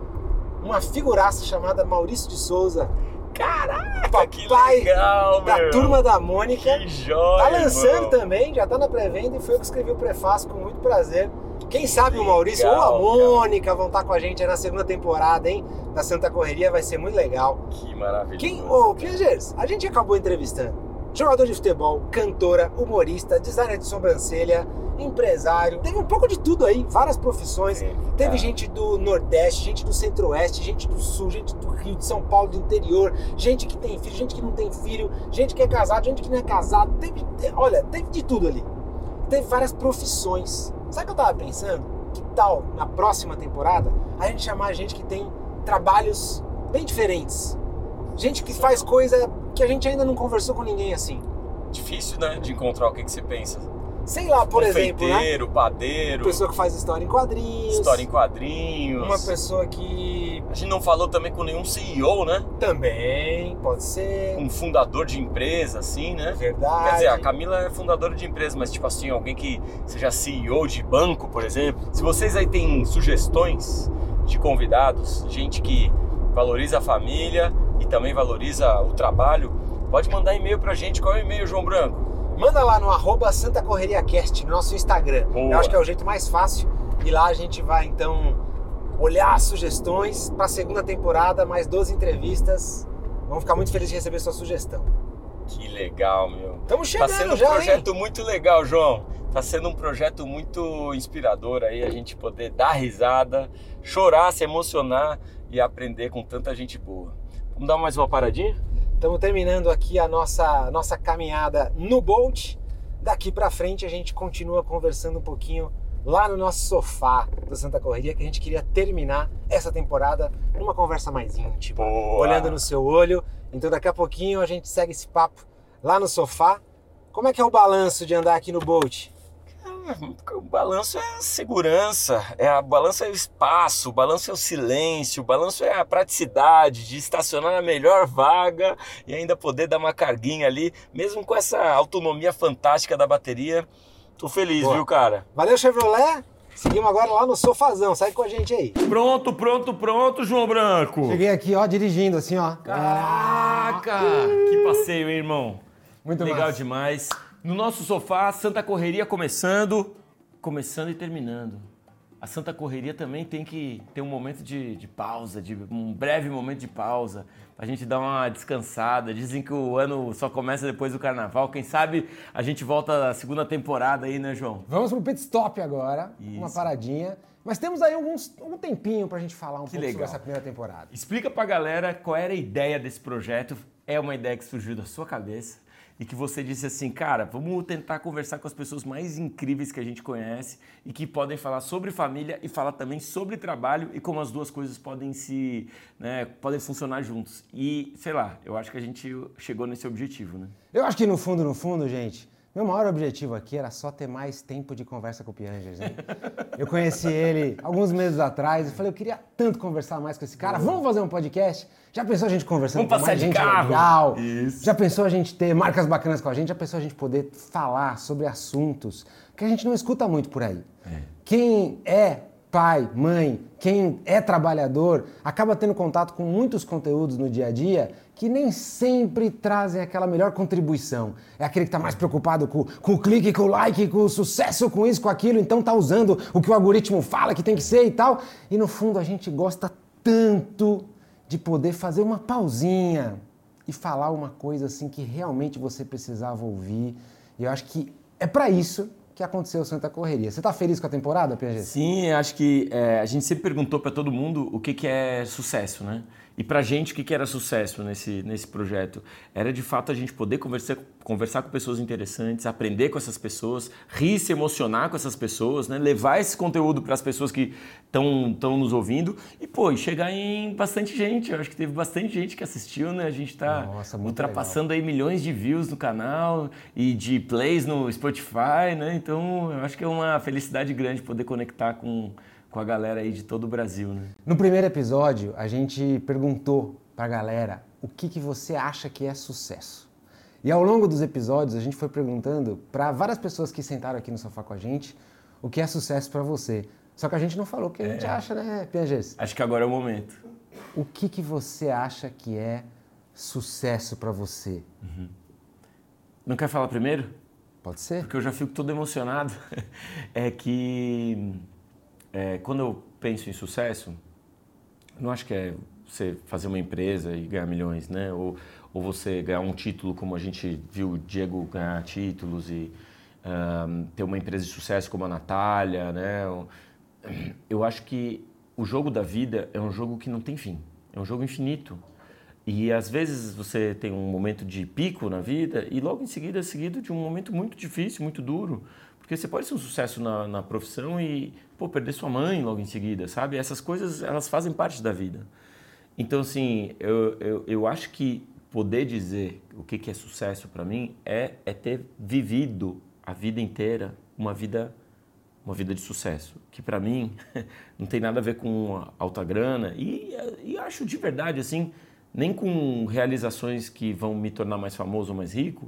Uma figuraça chamada Maurício de Souza. Caraca, papai que legal, da meu. Turma da Mônica. Que joia, Tá lançando irmão. também, já tá na pré-venda e foi eu que escrevi o prefácio com muito prazer. Quem sabe o Maurício Legal, ou a Mônica vão estar com a gente aí na segunda temporada, hein? Da Santa Correria, vai ser muito legal. Que maravilha. Quem, ô, Piangers, a gente acabou entrevistando jogador de futebol, cantora, humorista, designer de sobrancelha, empresário, teve um pouco de tudo aí, várias profissões. Sim, teve cara. gente do Nordeste, gente do Centro-Oeste, gente do Sul, gente do Rio, de São Paulo, do interior, gente que tem filho, gente que não tem filho, gente que é casado, gente que não é casado. Teve, olha, teve de tudo ali. Teve várias profissões. Sabe o que eu tava pensando? Que tal, na próxima temporada, a gente chamar gente que tem trabalhos bem diferentes? Gente que faz coisa que a gente ainda não conversou com ninguém assim. Difícil, né, de encontrar o que, que você pensa. Sei lá, por exemplo, né? Confeiteiro, padeiro. Uma pessoa que faz história em quadrinhos. História em quadrinhos. Uma pessoa que... A gente não falou também com nenhum C E O, né? Também, pode ser. Um fundador de empresa, assim, né? Verdade. Quer dizer, a Camila é fundadora de empresa, mas tipo assim, alguém que seja C E O de banco, por exemplo. Se vocês aí têm sugestões de convidados, gente que valoriza a família e também valoriza o trabalho, pode mandar e-mail pra gente. Qual é o e-mail, João Branco? Manda lá no arroba Santa Correria Cast, no nosso Instagram. Boa. Eu acho que é o jeito mais fácil. E lá a gente vai, então, olhar as sugestões para a segunda temporada, mais doze entrevistas. Vamos ficar muito felizes de receber sua sugestão. Que legal, meu. Estamos chegando Tá sendo um já, projeto hein? muito legal, João. Tá sendo um projeto muito inspirador aí, a gente poder dar risada, chorar, se emocionar e aprender com tanta gente boa. Vamos dar mais uma paradinha? Estamos terminando aqui a nossa, nossa caminhada no Bolt. Daqui para frente a gente continua conversando um pouquinho lá no nosso sofá do Santa Correria, que a gente queria terminar essa temporada numa conversa mais íntima, Boa. olhando no seu olho. Então daqui a pouquinho a gente segue esse papo lá no sofá. Como é que é o balanço de andar aqui no Bolt? O balanço é a segurança, é a, o balanço é o espaço, o balanço é o silêncio, o balanço é a praticidade de estacionar na melhor vaga e ainda poder dar uma carguinha ali, mesmo com essa autonomia fantástica da bateria. Tô feliz, Boa. viu, cara? Valeu, Chevrolet! Seguimos agora lá no sofazão, sai com a gente aí. Pronto, pronto, pronto, João Branco. Cheguei aqui, ó, dirigindo assim, ó. Caraca! Que passeio, hein, irmão? Muito legal massa. demais. No nosso sofá, Santa Correria começando, começando e terminando. A Santa Correria também tem que ter um momento de, de pausa, de um breve momento de pausa, pra gente dar uma descansada. Dizem que o ano só começa depois do carnaval. Quem sabe a gente volta na segunda temporada aí, né, João? Vamos pro pit stop agora, Isso. uma paradinha. Mas temos aí alguns, um tempinho pra gente falar um Que pouco legal. sobre essa primeira temporada. Explica pra galera qual era a ideia desse projeto. É uma ideia que surgiu da sua cabeça e que você disse assim, cara, vamos tentar conversar com as pessoas mais incríveis que a gente conhece e que podem falar sobre família e falar também sobre trabalho e como as duas coisas podem se, né, podem funcionar juntos. E, sei lá, eu acho que a gente chegou nesse objetivo, né? Eu acho que no fundo, no fundo, gente, meu maior objetivo aqui era só ter mais tempo de conversa com o Piangers, hein? Eu conheci ele alguns meses atrás e falei, eu queria tanto conversar mais com esse cara, vamos fazer um podcast? Já pensou a gente conversando Vamos com passear mais de gente carro. legal? Isso. Já pensou a gente ter marcas bacanas com a gente? Já pensou a gente poder falar sobre assuntos que a gente não escuta muito por aí? É. Quem é pai, mãe, quem é trabalhador, acaba tendo contato com muitos conteúdos no dia a dia que nem sempre trazem aquela melhor contribuição. É aquele que está mais preocupado com, com o clique, com o like, com o sucesso, com isso, com aquilo, então tá usando o que o algoritmo fala que tem que ser e tal. E no fundo a gente gosta tanto de poder fazer uma pausinha e falar uma coisa assim que realmente você precisava ouvir. E eu acho que é para isso que aconteceu o Santa Correria. Você tá feliz com a temporada, Piaget? Sim, acho que é, a gente sempre perguntou para todo mundo o que, que é sucesso, né? E pra gente, o que que era sucesso nesse, nesse projeto? Era de fato a gente poder conversar, conversar com pessoas interessantes, aprender com essas pessoas, rir, se emocionar com essas pessoas, né? Levar esse conteúdo para as pessoas que estão nos ouvindo e, pô, e chegar em bastante gente. Eu acho que teve bastante gente que assistiu, né? A gente está ultrapassando aí milhões de views no canal e de plays no Spotify, né? Então, eu acho que é uma felicidade grande poder conectar com... com a galera aí de todo o Brasil, né? No primeiro episódio, a gente perguntou pra galera o que, que você acha que é sucesso. E ao longo dos episódios, a gente foi perguntando pra várias pessoas que sentaram aqui no sofá com a gente o que é sucesso pra você. Só que a gente não falou o que a gente É. acha, né, Piaget? Acho que agora é o momento. O que, que você acha que é sucesso pra você? Uhum. Não quer falar primeiro? Pode ser. Porque eu já fico todo emocionado. É que... É, quando eu penso em sucesso, não acho que é você fazer uma empresa e ganhar milhões, né? Ou, ou você ganhar um título, como a gente viu o Diego ganhar títulos e um, ter uma empresa de sucesso como a Natália, né? Eu acho que o jogo da vida é um jogo que não tem fim, é um jogo infinito. E às vezes você tem um momento de pico na vida e logo em seguida é seguido de um momento muito difícil, muito duro. Porque você pode ser um sucesso na, na profissão e, pô, perder sua mãe logo em seguida, sabe? Essas coisas, elas fazem parte da vida. Então, assim, eu, eu, eu acho que poder dizer o que, que é sucesso para mim é, é ter vivido a vida inteira uma vida, uma vida de sucesso. Que para mim não tem nada a ver com alta grana e, e acho de verdade, assim, nem com realizações que vão me tornar mais famoso ou mais rico,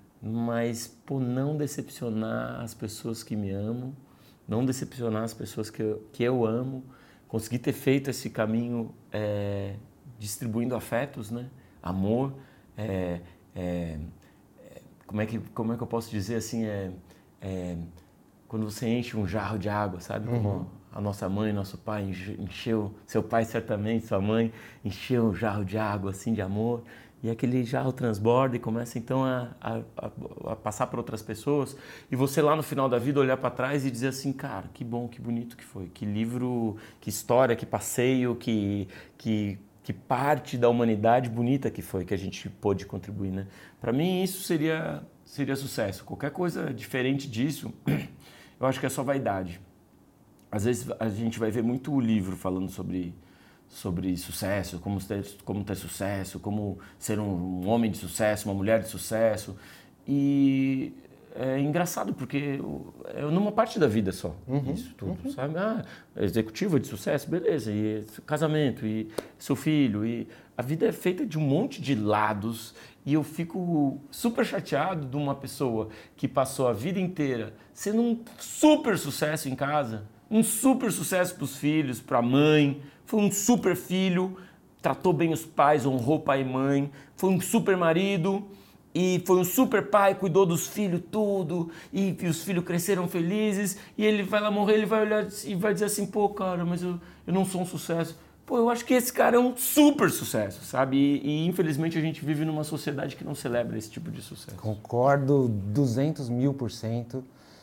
mas por não decepcionar as pessoas que me amam, não decepcionar as pessoas que eu, que eu amo, conseguir ter feito esse caminho é, distribuindo afetos, né? Amor, é, é, como, é que, como é que eu posso dizer assim, é, é, quando você enche um jarro de água, sabe? Como Uhum. a nossa mãe, nosso pai encheu, seu pai certamente, sua mãe, encheu um jarro de água assim, de amor. E aquele jarro transborda e começa então a, a, a, a passar para outras pessoas. E você lá no final da vida olhar para trás e dizer assim, cara, que bom, que bonito que foi. Que livro, que história, que passeio, que, que, que parte da humanidade bonita que foi, que a gente pôde contribuir, né? Para mim isso seria, seria sucesso. Qualquer coisa diferente disso, eu acho que é só vaidade. Às vezes a gente vai ver muito livro falando sobre... sobre sucesso, como ter, como ter sucesso, como ser um, um homem de sucesso, uma mulher de sucesso. E é engraçado, porque é numa parte da vida só, Uhum, isso tudo, uhum. sabe? Ah, executiva de sucesso, beleza, e casamento, e seu filho, e a vida é feita de um monte de lados, e eu fico super chateado de uma pessoa que passou a vida inteira sendo um super sucesso em casa, um super sucesso para os filhos, para a mãe, foi um super filho, tratou bem os pais, honrou pai e mãe, foi um super marido e foi um super pai, cuidou dos filhos tudo e, e os filhos cresceram felizes e ele vai lá morrer, ele vai olhar e vai dizer assim, pô, cara, mas eu, eu não sou um sucesso. Pô, eu acho que esse cara é um super sucesso, sabe? E, e infelizmente a gente vive numa sociedade que não celebra esse tipo de sucesso. Concordo duzentos mil por cento.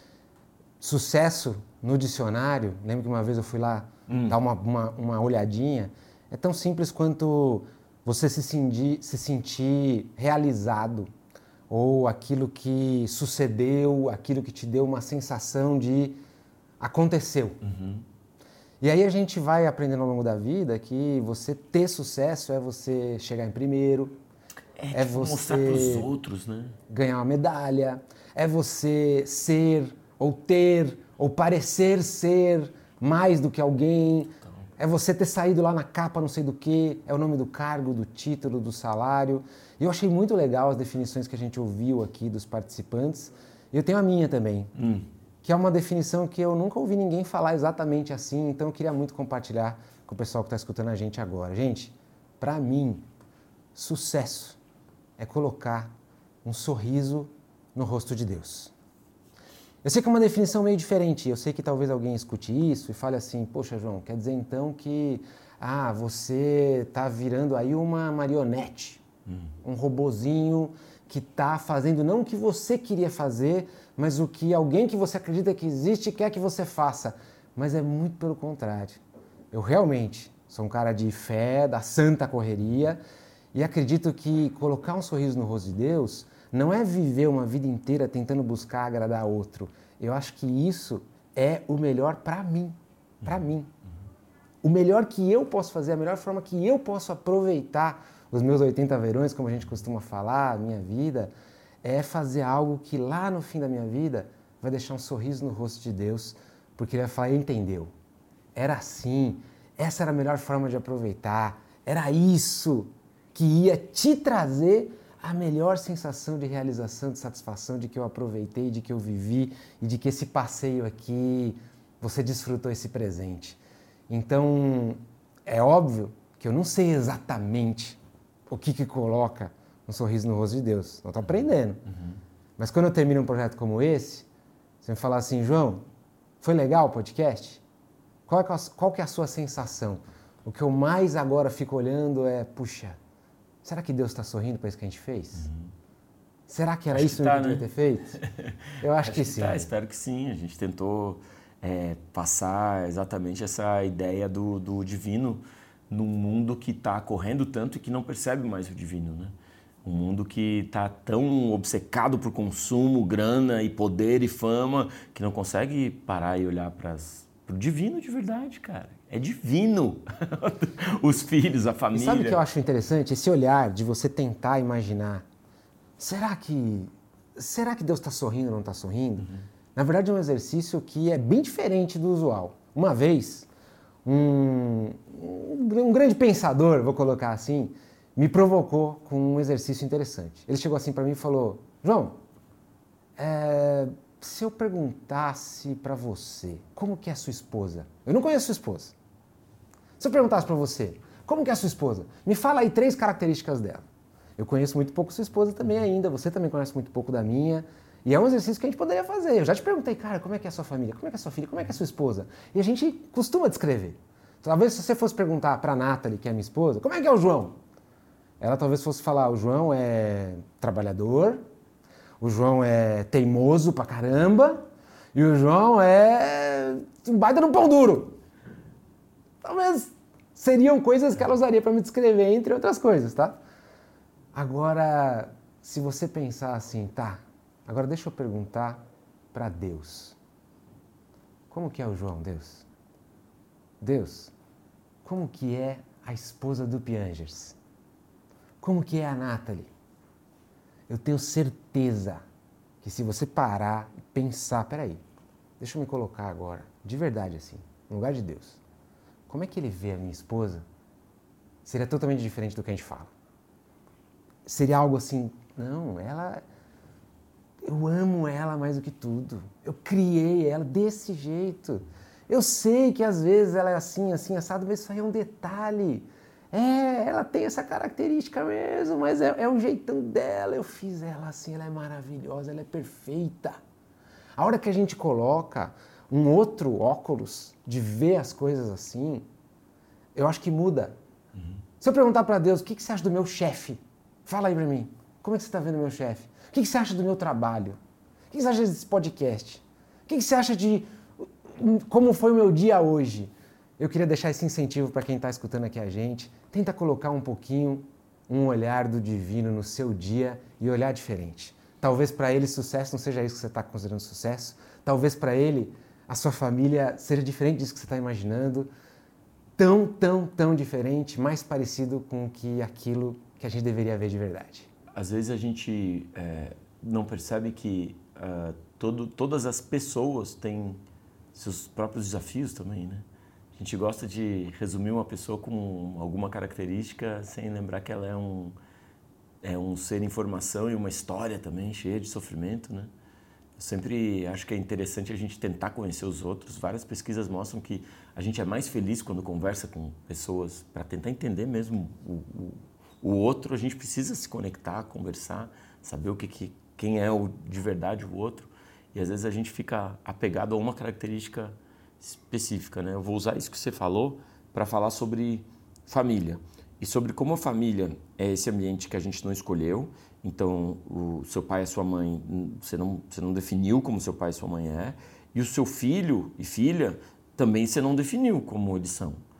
Sucesso no dicionário, lembro que uma vez eu fui lá hum. dar uma, uma, uma olhadinha, é tão simples quanto você se sentir, se sentir realizado ou aquilo que sucedeu, aquilo que te deu uma sensação de aconteceu. Uhum. E aí a gente vai aprendendo ao longo da vida que você ter sucesso é você chegar em primeiro, é, é tipo, você mostrar pros outros, né? ganhar uma medalha, é você ser ou ter ou parecer ser mais do que alguém, então. É você ter saído lá na capa não sei do que, é o nome do cargo, do título, do salário. E eu achei muito legal as definições que a gente ouviu aqui dos participantes. E eu tenho a minha também. Hum. Que é uma definição que eu nunca ouvi ninguém falar exatamente assim, então eu queria muito compartilhar com o pessoal que está escutando a gente agora. Gente, para mim, sucesso é colocar um sorriso no rosto de Deus. Eu sei que é uma definição meio diferente, eu sei que talvez alguém escute isso e fale assim, poxa, João, quer dizer então que ah, você está virando aí uma marionete, hum. um robozinho que está fazendo não o que você queria fazer, mas o que alguém que você acredita que existe quer que você faça. Mas é muito pelo contrário. Eu realmente sou um cara de fé, da santa correria, e acredito que colocar um sorriso no rosto de Deus não é viver uma vida inteira tentando buscar agradar outro. Eu acho que isso é o melhor para mim, para mim. O melhor que eu posso fazer, a melhor forma que eu posso aproveitar os meus oitenta verões, como a gente costuma falar, a minha vida, é fazer algo que lá no fim da minha vida vai deixar um sorriso no rosto de Deus, porque ele vai falar, ele entendeu. Era assim, essa era a melhor forma de aproveitar, era isso que ia te trazer a melhor sensação de realização, de satisfação, de que eu aproveitei, de que eu vivi e de que esse passeio aqui, você desfrutou esse presente. Então, é óbvio que eu não sei exatamente o que que coloca um sorriso no rosto de Deus. Eu estou aprendendo. Uhum. Mas quando eu termino um projeto como esse, você me falar assim, João, foi legal o podcast? Qual é, qual que é a sua sensação? O que eu mais agora fico olhando é, puxa, será que Deus está sorrindo para isso que a gente fez? Uhum. Será que era acho isso que que tá, eu devia né? ter feito? Eu acho, acho que, que sim. Tá, espero que sim. A gente tentou é, passar exatamente essa ideia do, do divino num mundo que está correndo tanto e que não percebe mais o divino, né? Um mundo que está tão obcecado por consumo, grana e poder e fama que não consegue parar e olhar para o divino de verdade, cara. É divino. Os filhos, a família. E sabe o que eu acho interessante? Esse olhar de você tentar imaginar. Será que, será que Deus está sorrindo ou não está sorrindo? Uhum. Na verdade é um exercício que é bem diferente do usual. Uma vez, um, um grande pensador, vou colocar assim, me provocou com um exercício interessante. Ele chegou assim para mim e falou, João, é, se eu perguntasse para você como que é a sua esposa, eu não conheço sua esposa, se eu perguntasse para você como que é a sua esposa, me fala aí três características dela. Eu conheço muito pouco sua esposa também ainda, você também conhece muito pouco da minha, e é um exercício que a gente poderia fazer. Eu já te perguntei, cara, como é que é a sua família, como é que é a sua filha, como é que é a sua esposa? E a gente costuma descrever. Talvez se você fosse perguntar para a Nathalie, que é minha esposa, como é que é o João? Ela talvez fosse falar, o João é trabalhador, o João é teimoso pra caramba, e o João é um baita no pão duro. Talvez seriam coisas que ela usaria para me descrever, entre outras coisas, tá? Agora, se você pensar assim, tá, agora deixa eu perguntar para Deus. Como que é o João, Deus? Deus, como que é a esposa do Piangers? Como que é a Nathalie? Eu tenho certeza que se você parar e pensar, peraí, deixa eu me colocar agora, de verdade assim, no lugar de Deus. Como é que ele vê a minha esposa? Seria totalmente diferente do que a gente fala. Seria algo assim, não, ela... Eu amo ela mais do que tudo. Eu criei ela desse jeito. Eu sei que às vezes ela é assim, assim, assado, mas isso aí é um detalhe. É, ela tem essa característica mesmo, mas é, é um jeitão dela. Eu fiz ela assim, ela é maravilhosa, ela é perfeita. A hora que a gente coloca um outro óculos de ver as coisas assim, eu acho que muda. Uhum. Se eu perguntar para Deus, o que, que você acha do meu chefe? Fala aí para mim, como é que você está vendo o meu chefe? O que, que você acha do meu trabalho? O que, que você acha desse podcast? O que, que você acha de como foi o meu dia hoje? Eu queria deixar esse incentivo para quem está escutando aqui a gente. Tenta colocar um pouquinho um olhar do divino no seu dia e olhar diferente. Talvez para ele sucesso não seja isso que você está considerando sucesso. Talvez para ele a sua família seja diferente disso que você está imaginando. Tão, tão, tão diferente, mais parecido com que aquilo que a gente deveria ver de verdade. Às vezes a gente é, não percebe que uh, todo, todas as pessoas têm seus próprios desafios também, né? A gente gosta de resumir uma pessoa com alguma característica sem lembrar que ela é um, é um ser em formação e uma história também cheia de sofrimento, né? Eu sempre acho que é interessante a gente tentar conhecer os outros. Várias pesquisas mostram que a gente é mais feliz quando conversa com pessoas para tentar entender mesmo o, o, o outro. A gente precisa se conectar, conversar, saber o que, que, quem é o, de verdade o outro. E às vezes a gente fica apegado a uma característica específica, né? Eu vou usar isso que você falou para falar sobre família e sobre como a família é esse ambiente que a gente não escolheu. Então, o seu pai e a sua mãe, você não, você não definiu como seu pai e sua mãe é, e o seu filho e filha também você não definiu como eles são.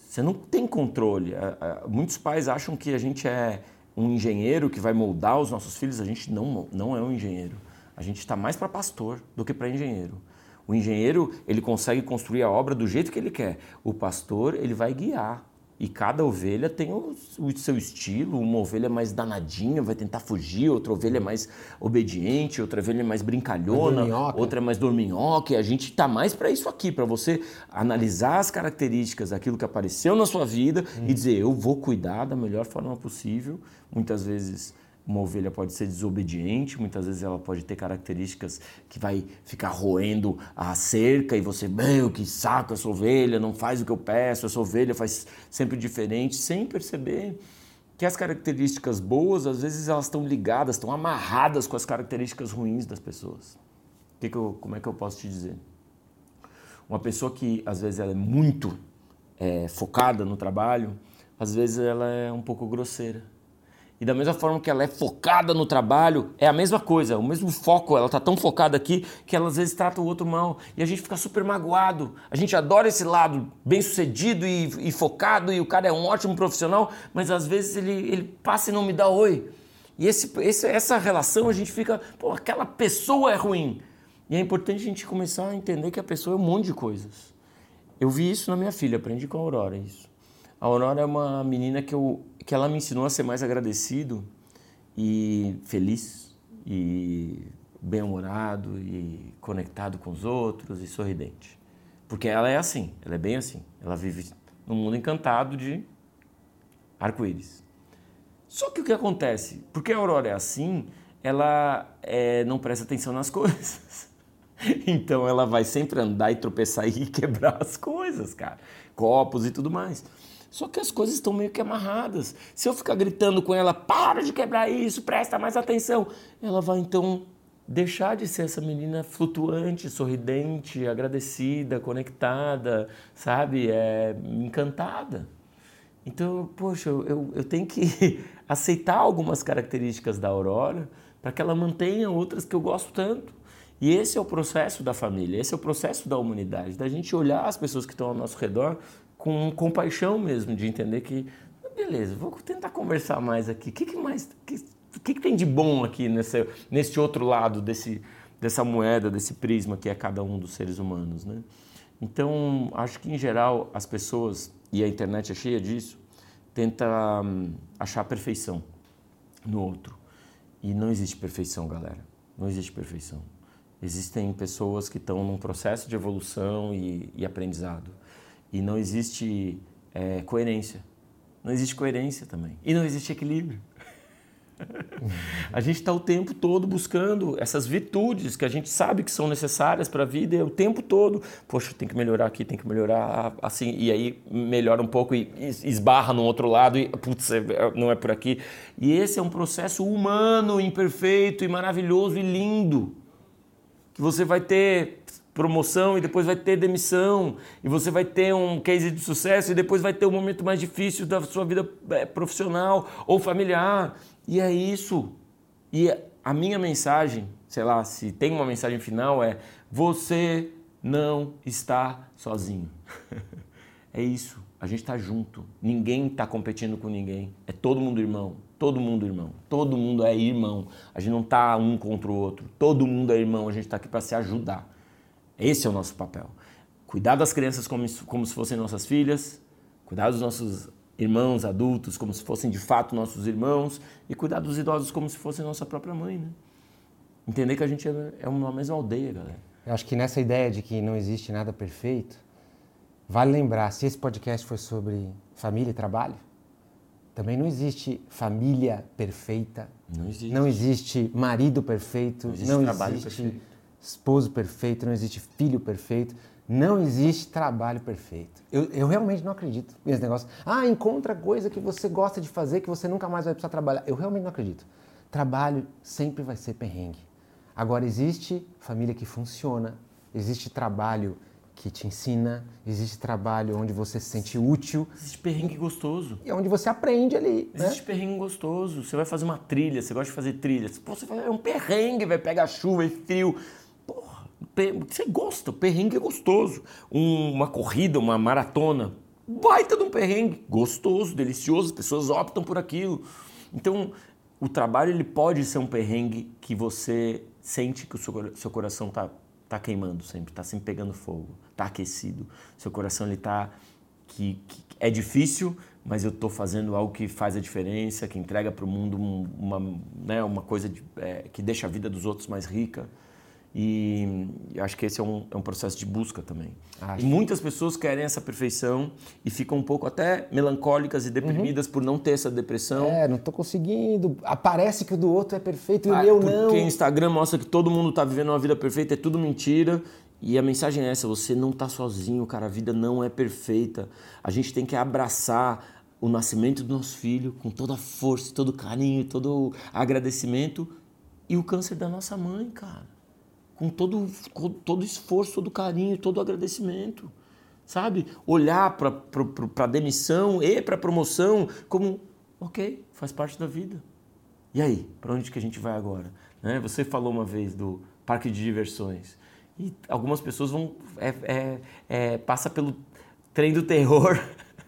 Você não tem controle. Muitos pais acham que a gente é um engenheiro que vai moldar os nossos filhos. A gente não, não é um engenheiro. A gente está mais para pastor do que para engenheiro. O engenheiro, ele consegue construir a obra do jeito que ele quer. O pastor, ele vai guiar. E cada ovelha tem o, o seu estilo. Uma ovelha mais danadinha, vai tentar fugir. Outra ovelha é mais obediente. Outra ovelha é mais brincalhona. Dorminhoca. Outra é mais dorminhoca. E a gente está mais para isso aqui, para você analisar as características daquilo que apareceu na sua vida hum. e dizer, eu vou cuidar da melhor forma possível. Muitas vezes uma ovelha pode ser desobediente, muitas vezes ela pode ter características que vai ficar roendo a cerca e você, meu, que saco essa ovelha, não faz o que eu peço, essa ovelha faz sempre diferente, sem perceber que as características boas, às vezes elas estão ligadas, estão amarradas com as características ruins das pessoas. Que que eu, como é que eu posso te dizer? Uma pessoa que às vezes ela é muito é, focada no trabalho, às vezes ela é um pouco grosseira. E da mesma forma que ela é focada no trabalho, é a mesma coisa, o mesmo foco, ela está tão focada aqui que ela às vezes trata o outro mal. E a gente fica super magoado. A gente adora esse lado bem sucedido e, e focado e o cara é um ótimo profissional, mas às vezes ele, ele passa e não me dá oi. E esse, esse, essa relação a gente fica, pô, aquela pessoa é ruim. E é importante a gente começar a entender que a pessoa é um monte de coisas. Eu vi isso na minha filha, aprendi com a Aurora isso. A Aurora é uma menina que, eu, que ela me ensinou a ser mais agradecido e feliz e bem-humorado e conectado com os outros e sorridente. Porque ela é assim, ela é bem assim. Ela vive num mundo encantado de arco-íris. Só que o que acontece? Porque a Aurora é assim, ela é, não presta atenção nas coisas. Então ela vai sempre andar e tropeçar e quebrar as coisas, cara. Copos e tudo mais. Só que as coisas estão meio que amarradas. Se eu ficar gritando com ela, para de quebrar isso, presta mais atenção, ela vai então deixar de ser essa menina flutuante, sorridente, agradecida, conectada, sabe, é, encantada. Então, poxa, eu, eu, eu tenho que aceitar algumas características da Aurora para que ela mantenha outras que eu gosto tanto. E esse é o processo da família, esse é o processo da humanidade, da gente olhar as pessoas que estão ao nosso redor com compaixão mesmo, de entender que, beleza, vou tentar conversar mais aqui. O que, que mais, que, que, que tem de bom aqui nesse, nesse outro lado desse, dessa moeda, desse prisma que é cada um dos seres humanos, né? Então, acho que em geral as pessoas, e a internet é cheia disso, tenta hum, achar perfeição no outro. E não existe perfeição, galera. Não existe perfeição. Existem pessoas que estão num processo de evolução e, e aprendizado. E não existe é, coerência. Não existe coerência também. E não existe equilíbrio. A gente está o tempo todo buscando essas virtudes que a gente sabe que são necessárias para a vida, e o tempo todo, poxa, tem que melhorar aqui, tem que melhorar assim, e aí melhora um pouco e esbarra no outro lado e, putz, não é por aqui. E esse é um processo humano, imperfeito e maravilhoso e lindo, que você vai ter promoção e depois vai ter demissão, e você vai ter um case de sucesso e depois vai ter um momento mais difícil da sua vida profissional ou familiar. E é isso. E a minha mensagem, sei lá, se tem uma mensagem final, é: você não está sozinho. É isso. A gente está junto. Ninguém está competindo com ninguém. É todo mundo irmão. Todo mundo irmão. Todo mundo é irmão. A gente não está um contra o outro. Todo mundo é irmão. A gente está aqui para se ajudar. Esse é o nosso papel. Cuidar das crianças como, como se fossem nossas filhas. Cuidar dos nossos irmãos adultos como se fossem de fato nossos irmãos, e cuidar dos idosos como se fossem nossa própria mãe, né? Entender que a gente é uma mesma aldeia, galera. Eu acho que nessa ideia de que não existe nada perfeito, vale lembrar, se esse podcast foi sobre família e trabalho, também não existe família perfeita, não existe, não existe marido perfeito, não existe, não trabalho existe perfeito. esposo perfeito, não existe filho perfeito. Não existe trabalho perfeito. Eu, eu realmente não acredito nesse negócio. Ah, encontra coisa que você gosta de fazer que você nunca mais vai precisar trabalhar. Eu realmente não acredito. Trabalho sempre vai ser perrengue. Agora, existe família que funciona, existe trabalho que te ensina, existe trabalho onde você se sente útil. Existe perrengue gostoso. E onde você aprende ali. Existe né? perrengue gostoso. Você vai fazer uma trilha, você gosta de fazer trilha. Pô, você vai, é um perrengue, vai pegar chuva e frio. Você gosta, o perrengue é gostoso. Um, uma corrida, uma maratona, baita de um perrengue, gostoso, delicioso, as pessoas optam por aquilo. Então, o trabalho ele pode ser um perrengue que você sente que o seu, seu coração tá, tá queimando sempre, tá sempre pegando fogo, tá aquecido. Seu coração ele tá que, que é difícil, mas eu tô fazendo algo que faz a diferença, que entrega para o mundo uma, né, uma coisa de, é, que deixa a vida dos outros mais rica. E eu acho que esse é um, é um processo de busca também. Acho. E muitas pessoas querem essa perfeição e ficam um pouco até melancólicas e deprimidas uhum. por não ter essa depressão. É, não tô conseguindo. Aparece que o do outro é perfeito e ah, o meu porque não. Porque o Instagram mostra que todo mundo tá vivendo uma vida perfeita, é tudo mentira. E a mensagem é essa, você não tá sozinho, cara, a vida não é perfeita. A gente tem que abraçar o nascimento do nosso filho com toda a força, todo o carinho, todo o agradecimento e o câncer da nossa mãe, cara. Com todo, com todo o esforço, todo o carinho, todo o agradecimento, sabe? Olhar para a demissão e para a promoção como, ok, faz parte da vida. E aí, para onde que a gente vai agora? Né? Você falou uma vez do parque de diversões e algumas pessoas vão, é, é, é, passa pelo trem do terror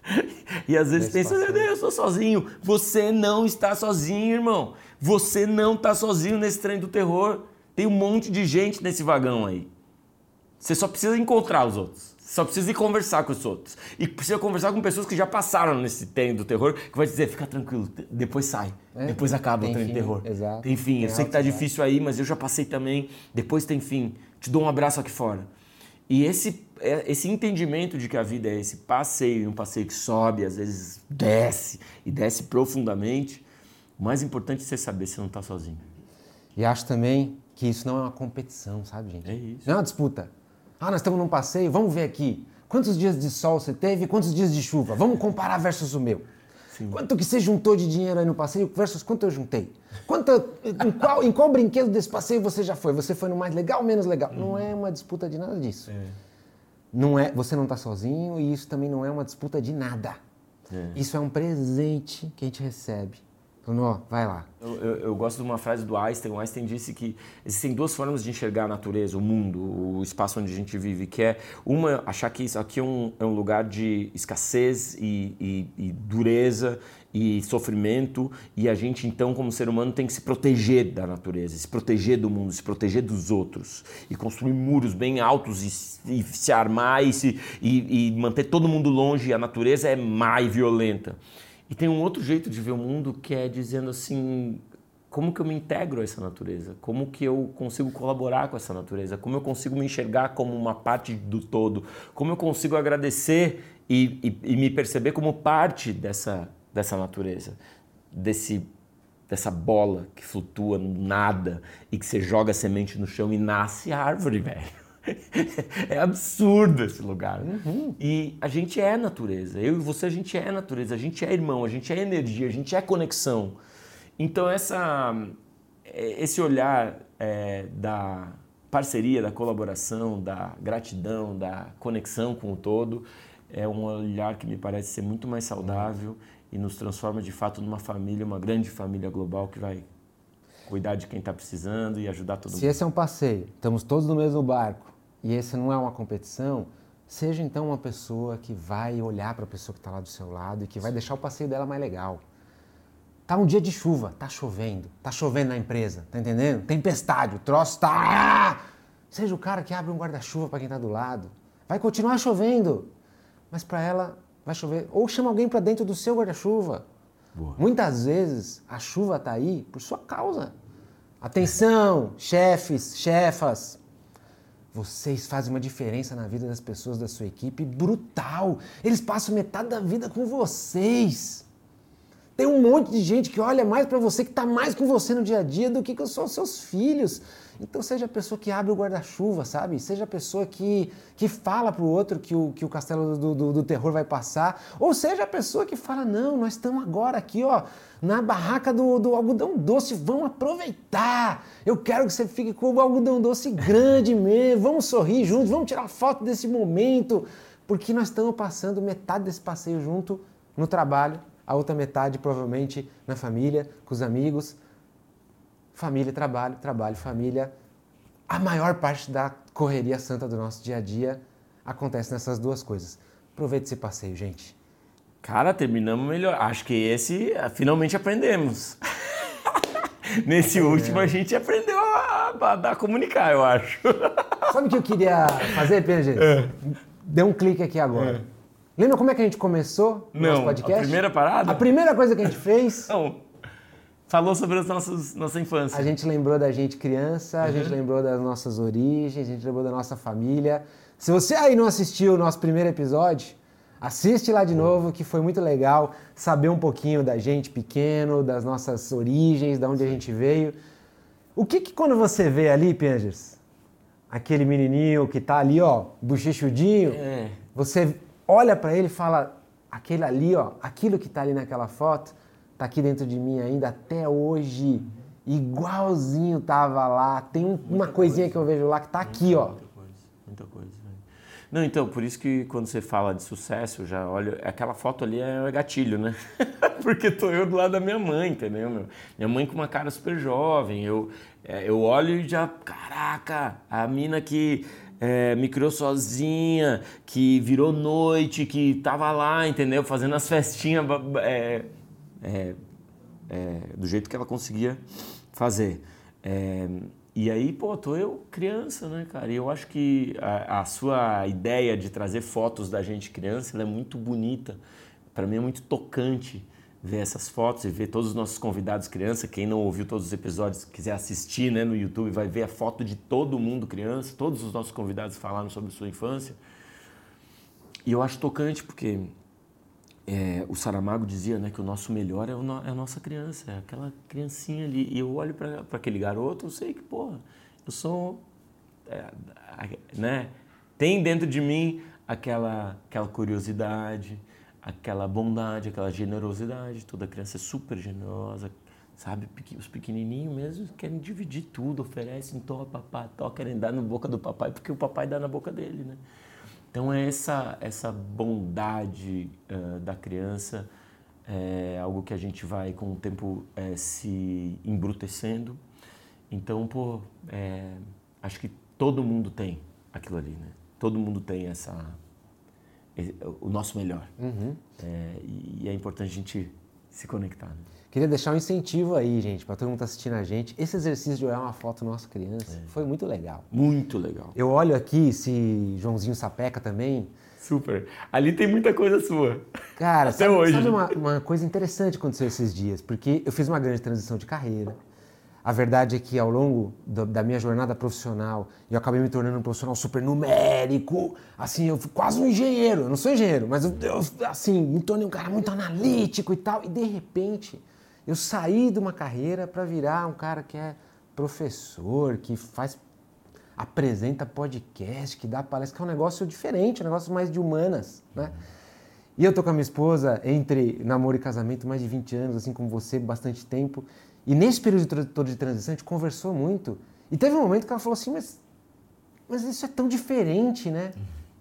e às vezes pensam, meu Deus, eu sou sozinho. Você não está sozinho, irmão. Você não está sozinho nesse trem do terror. Tem um monte de gente nesse vagão aí. Você só precisa encontrar os outros. Você só precisa ir conversar com os outros. E precisa conversar com pessoas que já passaram nesse trem do terror, que vai dizer, fica tranquilo, depois sai. É, depois acaba o trem do terror. Exato. Tem fim. Eu sei que tá difícil aí, mas eu já passei também. Depois tem fim. Te dou um abraço aqui fora. E esse, esse entendimento de que a vida é esse passeio, um passeio que sobe, às vezes desce, e desce profundamente, o mais importante é você saber se você não tá sozinho. E acho também que isso não é uma competição, sabe, gente? É isso. Não é uma disputa. Ah, nós estamos num passeio, vamos ver aqui. Quantos dias de sol você teve e quantos dias de chuva? Vamos comparar versus o meu. Sim. Quanto que você juntou de dinheiro aí no passeio versus quanto eu juntei? Quanto, em, qual, em qual brinquedo desse passeio você já foi? Você foi no mais legal ou menos legal? Hum. Não é uma disputa de nada disso. É. Não é, você não está sozinho e isso também não é uma disputa de nada. É. Isso é um presente que a gente recebe. Não, vai lá. Eu, eu, eu gosto de uma frase do Einstein. O Einstein disse que existem duas formas de enxergar a natureza, o mundo, o espaço onde a gente vive, que é uma, achar que isso aqui é um, é um lugar de escassez e, e, e dureza e sofrimento, e a gente então, como ser humano, tem que se proteger da natureza, se proteger do mundo, se proteger dos outros, e construir muros bem altos e, e se armar e, se, e, e manter todo mundo longe. A natureza é má e violenta. E tem um outro jeito de ver o mundo que é dizendo assim, como que eu me integro a essa natureza? Como que eu consigo colaborar com essa natureza? Como eu consigo me enxergar como uma parte do todo? Como eu consigo agradecer e, e, e me perceber como parte dessa, dessa natureza? Desse, dessa bola que flutua no nada e que você joga a semente no chão e nasce árvore, velho. É absurdo esse lugar. Uhum. E a gente é natureza. Eu e você, a gente é natureza. A gente é irmão, a gente é energia, a gente é conexão. Então essa, esse olhar é, da parceria, da colaboração, da gratidão, da conexão com o todo, é um olhar que me parece ser muito mais saudável uhum. e nos transforma de fato numa família, uma grande família global que vai cuidar de quem está precisando e ajudar todo mundo. Se esse é um passeio, estamos todos no mesmo barco, e esse não é uma competição, seja então uma pessoa que vai olhar para a pessoa que está lá do seu lado e que vai deixar o passeio dela mais legal. Tá um dia de chuva, tá chovendo, tá chovendo na empresa, tá entendendo? Tempestade, o troço tá... Seja o cara que abre um guarda-chuva para quem tá do lado. Vai continuar chovendo, mas para ela vai chover. Ou chama alguém para dentro do seu guarda-chuva. Muitas vezes a chuva tá aí por sua causa. Atenção, chefes, chefas. Vocês fazem uma diferença na vida das pessoas da sua equipe brutal. Eles passam metade da vida com vocês. Tem um monte de gente que olha mais para você, que está mais com você no dia a dia do que com os seus filhos. Então seja a pessoa que abre o guarda-chuva, sabe? Seja a pessoa que, que fala pro outro que o, que o castelo do, do, do terror vai passar. Ou seja a pessoa que fala, não, nós estamos agora aqui, ó, na barraca do, do algodão doce, vamos aproveitar. Eu quero que você fique com o algodão doce grande mesmo, vamos sorrir juntos, vamos tirar foto desse momento. Porque nós estamos passando metade desse passeio junto no trabalho, a outra metade provavelmente na família, com os amigos. Família, trabalho, trabalho, família. A maior parte da correria santa do nosso dia a dia acontece nessas duas coisas. Aproveita esse passeio, gente. Cara, terminamos melhor. Acho que esse, finalmente aprendemos. Nesse último, a gente aprendeu a, a, a comunicar, eu acho. Sabe o que eu queria fazer, Pedro? É. Deu um clique aqui agora. É. Lembra como é que a gente começou o Não, nosso podcast? A primeira parada? A primeira coisa que a gente fez... Não. Falou sobre as nossas, nossa infância. A gente lembrou da gente criança, a uhum. gente lembrou das nossas origens, a gente lembrou da nossa família. Se você aí não assistiu o nosso primeiro episódio, assiste lá de novo, que foi muito legal saber um pouquinho da gente pequeno, das nossas origens, de onde a gente veio. O que que quando você vê ali, Piangers, aquele menininho que tá ali, ó, bochechudinho, é. você olha pra ele e fala, aquele ali, ó, aquilo que tá ali naquela foto, tá aqui dentro de mim ainda até hoje, igualzinho tava lá. Tem um, uma coisinha coisa. que eu vejo lá que tá aqui, ó. Muita coisa, muita coisa. Não, então, por isso que quando você fala de sucesso, eu já olho, aquela foto ali é gatilho, né? Porque tô eu do lado da minha mãe, entendeu, meu? Minha mãe com uma cara super jovem, eu, eu olho e já, caraca, a mina que é, me criou sozinha, que virou noite, que tava lá, entendeu? Fazendo as festinhas é, é, é, do jeito que ela conseguia fazer. É, E aí, pô, tô eu criança, né, cara? E eu acho que a, a sua ideia de trazer fotos da gente criança, ela é muito bonita. Para mim é muito tocante ver essas fotos e ver todos os nossos convidados criança. Quem não ouviu todos os episódios, quiser assistir, né, no YouTube, vai ver a foto de todo mundo criança. Todos os nossos convidados falaram sobre sua infância. E eu acho tocante porque é, o Saramago dizia, né, que o nosso melhor é, o no, é a nossa criança, é aquela criancinha ali. E eu olho para aquele garoto, eu sei que, porra, eu sou, é, né, tem dentro de mim aquela, aquela curiosidade, aquela bondade, aquela generosidade. Toda criança é super generosa, sabe? Os pequenininhos mesmo querem dividir tudo, oferecem, toma papai, tó, querem dar na boca do papai, porque o papai dá na boca dele, né? Então, essa, essa bondade uh, da criança é algo que a gente vai, com o tempo, é, se embrutecendo. Então, pô, é, acho que todo mundo tem aquilo ali, né? Todo mundo tem essa, o nosso melhor. Uhum. É, e é importante a gente se conectar, né? Queria deixar um incentivo aí, gente, para todo mundo que tá assistindo a gente. Esse exercício de olhar uma foto nossa criança é. foi muito legal. Muito legal. Eu olho aqui, esse Joãozinho Sapeca também. Super. Ali tem muita coisa sua. Cara, até sabe, hoje. Sabe uma, uma coisa interessante que aconteceu esses dias? Porque eu fiz uma grande transição de carreira. A verdade é que ao longo do, da minha jornada profissional, eu acabei me tornando um profissional super numérico. Assim, eu fui quase um engenheiro. Eu não sou engenheiro, mas eu, eu assim, me tornei um cara muito analítico e tal. E de repente, eu saí de uma carreira para virar um cara que é professor, que faz, apresenta podcast, que dá palestra, que é um negócio diferente, um negócio mais de humanas, né? E eu tô com a minha esposa entre namoro e casamento mais de vinte anos, assim como você, bastante tempo. E nesse período todo de transição, a gente conversou muito. E teve um momento que ela falou assim, mas, mas isso é tão diferente, né?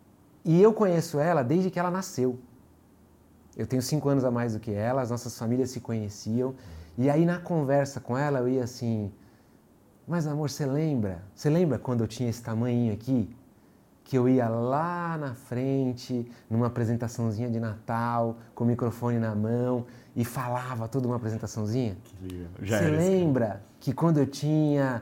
E eu conheço ela desde que ela nasceu. Eu tenho cinco anos a mais do que ela, as nossas famílias se conheciam. E aí na conversa com ela eu ia assim, mas amor, você lembra? Você lembra quando eu tinha esse tamanhinho aqui? Que eu ia lá na frente, numa apresentaçãozinha de Natal, com o microfone na mão, e falava tudo uma apresentaçãozinha? Que legal. Já Você lembra que quando eu tinha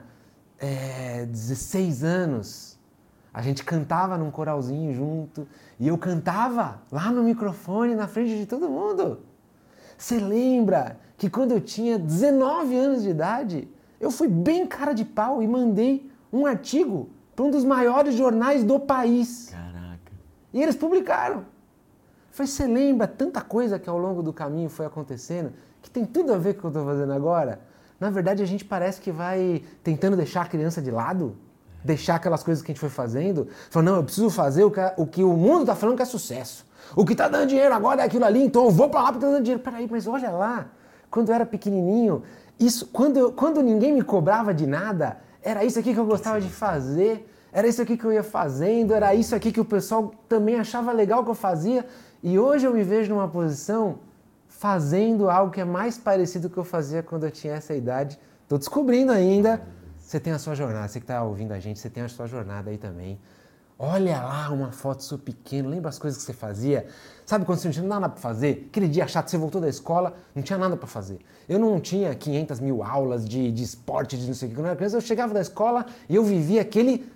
é, dezesseis anos, a gente cantava num coralzinho junto, e eu cantava lá no microfone, na frente de todo mundo? Você lembra que quando eu tinha dezenove anos de idade, eu fui bem cara de pau e mandei um artigo para um dos maiores jornais do país. Caraca. E eles publicaram. Eu falei, você lembra tanta coisa que ao longo do caminho foi acontecendo, que tem tudo a ver com o que eu estou fazendo agora? Na verdade, a gente parece que vai tentando deixar a criança de lado, deixar aquelas coisas que a gente foi fazendo. Falando, não, eu preciso fazer o que, o que o mundo está falando que é sucesso. O que está dando dinheiro agora é aquilo ali, então eu vou para lá porque está dando dinheiro. Peraí, mas olha lá, quando eu era pequenininho, isso, quando, eu, quando ninguém me cobrava de nada, era isso aqui que eu gostava de fazer, era isso aqui que eu ia fazendo, era isso aqui que o pessoal também achava legal que eu fazia. E hoje eu me vejo numa posição fazendo algo que é mais parecido com o que eu fazia quando eu tinha essa idade. Estou descobrindo ainda. Você tem a sua jornada, você que está ouvindo a gente, você tem a sua jornada aí também. Olha lá uma foto sua pequena, lembra as coisas que você fazia? Sabe quando você não tinha nada para fazer? Aquele dia chato, você voltou da escola, não tinha nada para fazer. Eu não tinha quinhentas mil aulas de, de esporte, de não sei o que. Quando eu era criança, eu chegava da escola e eu vivia aquele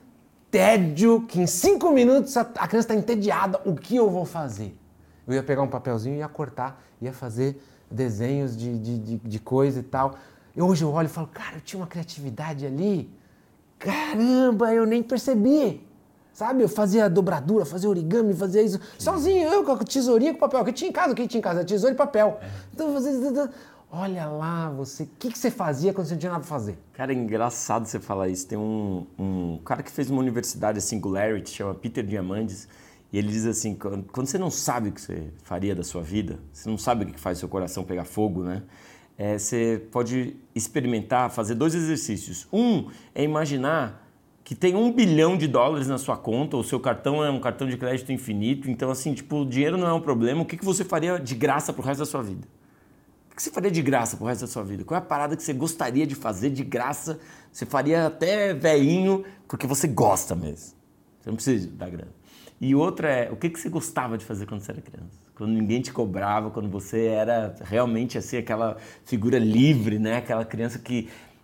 tédio que em cinco minutos a, a criança está entediada. O que eu vou fazer? Eu ia pegar um papelzinho, ia cortar, ia fazer desenhos de, de, de, de coisa e tal. E hoje eu olho e falo, cara, eu tinha uma criatividade ali. Caramba, eu nem percebi. Sabe, eu fazia dobradura, fazia origami, fazia isso sozinho, eu com a tesourinha com papel, que tinha em casa, o que tinha em casa? Tesoura e papel. Então, eu fazia... Olha lá, você, o que, que você fazia quando você não tinha nada pra fazer? Cara, é engraçado você falar isso. Tem um, um cara que fez uma universidade, a Singularity, chama Peter Diamandis, e ele diz assim, quando, quando você não sabe o que você faria da sua vida, você não sabe o que faz seu coração pegar fogo, né? É, você pode experimentar, fazer dois exercícios. Um é imaginar que tem um bilhão de dólares na sua conta, o seu cartão é um cartão de crédito infinito, então assim, tipo, o dinheiro não é um problema, o que, que você faria de graça pro resto da sua vida? O que você faria de graça pro resto da sua vida? Qual é a parada que você gostaria de fazer de graça? Você faria até veinho, porque você gosta mesmo. Você não precisa dar grana. E outra é, o que, que você gostava de fazer quando você era criança? Quando ninguém te cobrava, quando você era realmente assim, aquela figura livre, né? Aquela criança que...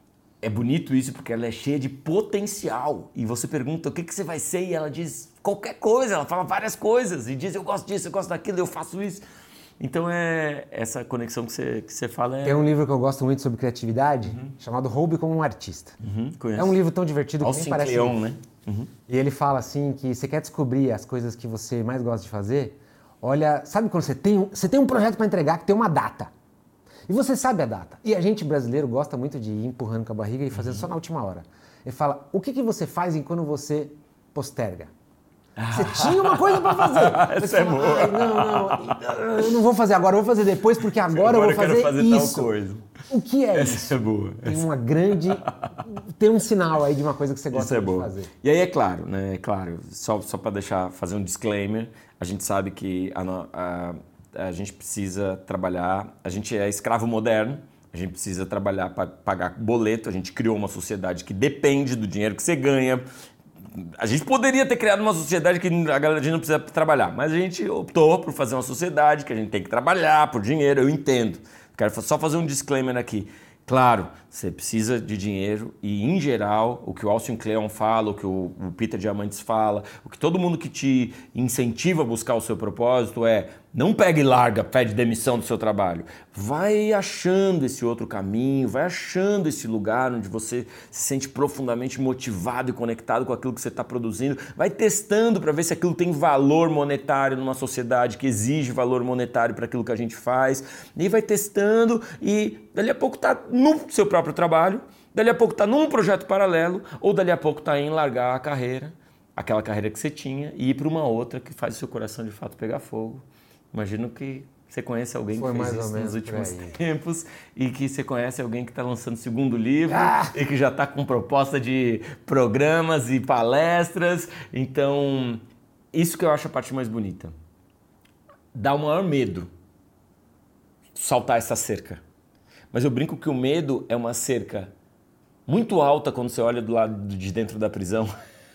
É bonito isso porque ela é cheia de potencial. E você pergunta o que, que você vai ser e ela diz qualquer coisa, ela fala várias coisas e diz eu gosto disso, eu gosto daquilo, eu faço isso. Então é essa conexão que você, que você fala. É... Tem um livro que eu gosto muito sobre criatividade, uhum. chamado Roube como um Artista. Uhum, é um livro tão divertido que Austin nem parece... Kleon, né? Uhum. E ele fala assim que você quer descobrir as coisas que você mais gosta de fazer, olha, sabe quando você tem um, você tem um projeto para entregar que tem uma data? E você sabe a data. E a gente brasileiro gosta muito de ir empurrando com a barriga e fazendo uhum. só na última hora. Ele fala, o que, que você faz quando você posterga? Você tinha uma coisa para fazer. Essa é fala, boa. Não, não, eu não vou fazer agora, eu vou fazer depois, porque agora, agora eu vou fazer, eu fazer isso. Tal coisa. O que é Essa isso? é boa. Tem uma grande... Tem um sinal aí de uma coisa que você gosta isso é de boa. fazer. E aí é claro, né? É claro, só, só para deixar, fazer um disclaimer, a gente sabe que a, a, a gente precisa trabalhar, a gente é escravo moderno, a gente precisa trabalhar para pagar boleto, a gente criou uma sociedade que depende do dinheiro que você ganha. A gente poderia ter criado uma sociedade que a galera a gente não precisa trabalhar, mas a gente optou por fazer uma sociedade que a gente tem que trabalhar por dinheiro, eu entendo. Quero só fazer um disclaimer aqui. Claro, você precisa de dinheiro e, em geral, o que o Austin Kleon fala, o que o Peter Diamandis fala, o que todo mundo que te incentiva a buscar o seu propósito é não pega e larga, pede demissão do seu trabalho. Vai achando esse outro caminho, vai achando esse lugar onde você se sente profundamente motivado e conectado com aquilo que você está produzindo. Vai testando para ver se aquilo tem valor monetário numa sociedade que exige valor monetário para aquilo que a gente faz. E vai testando e dali a pouco está no seu próprio trabalho, dali a pouco está num projeto paralelo ou dali a pouco está em largar a carreira, aquela carreira que você tinha e ir para uma outra que faz o seu coração de fato pegar fogo. Imagino que você conhece alguém Foi que fez mais isso ou nos menos últimos tempos e que você conhece alguém que está lançando o segundo livro Ah! e que já está com proposta de programas e palestras. Então, isso que eu acho a parte mais bonita. Dá o maior medo saltar essa cerca. Mas eu brinco que o medo é uma cerca muito alta quando você olha do lado de dentro da prisão.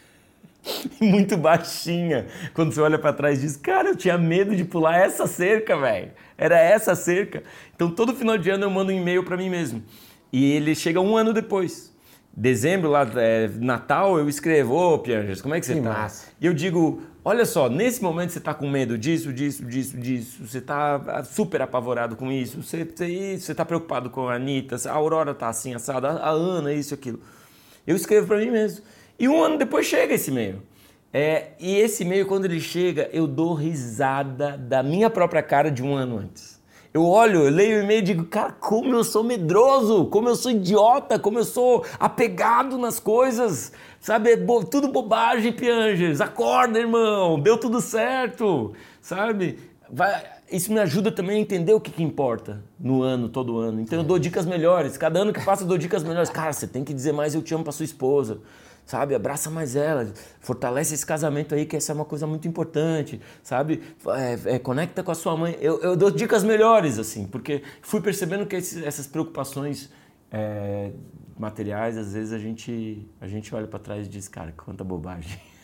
Muito baixinha. Quando você olha pra trás e diz, cara, eu tinha medo de pular essa cerca, velho. Era essa cerca. Então, todo final de ano eu mando um e-mail pra mim mesmo. E ele chega um ano depois. Dezembro, lá, é, Natal, eu escrevo, ô, Piangers, como é que você Que tá? massa. E eu digo, olha só, nesse momento você tá com medo disso, disso, disso, disso. Você tá super apavorado com isso. Você, você, você tá preocupado com a Anitta. A Aurora tá assim, assada. A Ana, isso, aquilo. Eu escrevo pra mim mesmo. E um ano depois chega esse e-mail. É, e esse e-mail, quando ele chega, eu dou risada da minha própria cara de um ano antes. Eu olho, eu leio o e-mail e digo, cara, como eu sou medroso, como eu sou idiota, como eu sou apegado nas coisas, sabe? É bo- tudo bobagem, Piangers. Acorda, irmão, deu tudo certo, sabe? Vai, isso me ajuda também a entender o que, que importa no ano, todo ano. Então eu dou dicas melhores. Cada ano que passa eu dou dicas melhores. Cara, você tem que dizer mais eu te amo pra sua esposa. Sabe, abraça mais ela, fortalece esse casamento aí, que essa é uma coisa muito importante, sabe, é, é, conecta com a sua mãe. Eu, eu dou dicas melhores, assim, porque fui percebendo que esses, essas preocupações é, materiais, às vezes a gente, a gente olha para trás e diz, cara, quanta bobagem.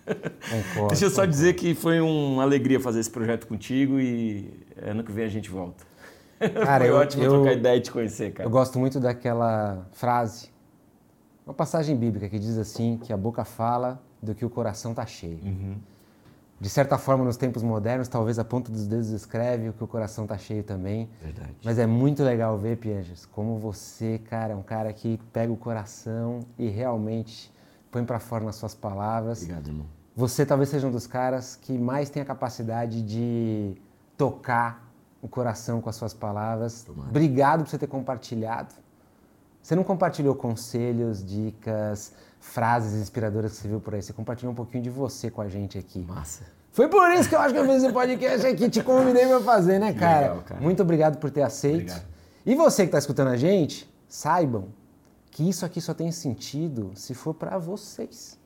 Concordo, Deixa eu só concordo. dizer que foi uma alegria fazer esse projeto contigo e ano que vem a gente volta. Cara, foi eu, ótimo eu, trocar ideia e te conhecer, cara. Eu gosto muito daquela frase, uma passagem bíblica que diz assim, que a boca fala do que o coração tá cheio. Uhum. De certa forma, nos tempos modernos, talvez a ponta dos dedos escreve o que o coração tá cheio também. Verdade. Mas é muito legal ver, Pianges, como você, cara, é um cara que pega o coração e realmente põe pra fora nas suas palavras. Obrigado, irmão. Você talvez seja um dos caras que mais tem a capacidade de tocar o coração com as suas palavras. Tomara. Obrigado por você ter compartilhado. Você não compartilhou conselhos, dicas, frases inspiradoras que você viu por aí. Você compartilhou um pouquinho de você com a gente aqui. Massa. Foi por isso que eu acho que eu fiz esse podcast aqui. Te convidei pra fazer, né, cara? Legal, cara. Muito obrigado por ter aceito. Obrigado. E você que tá escutando a gente, saibam que isso aqui só tem sentido se for pra vocês.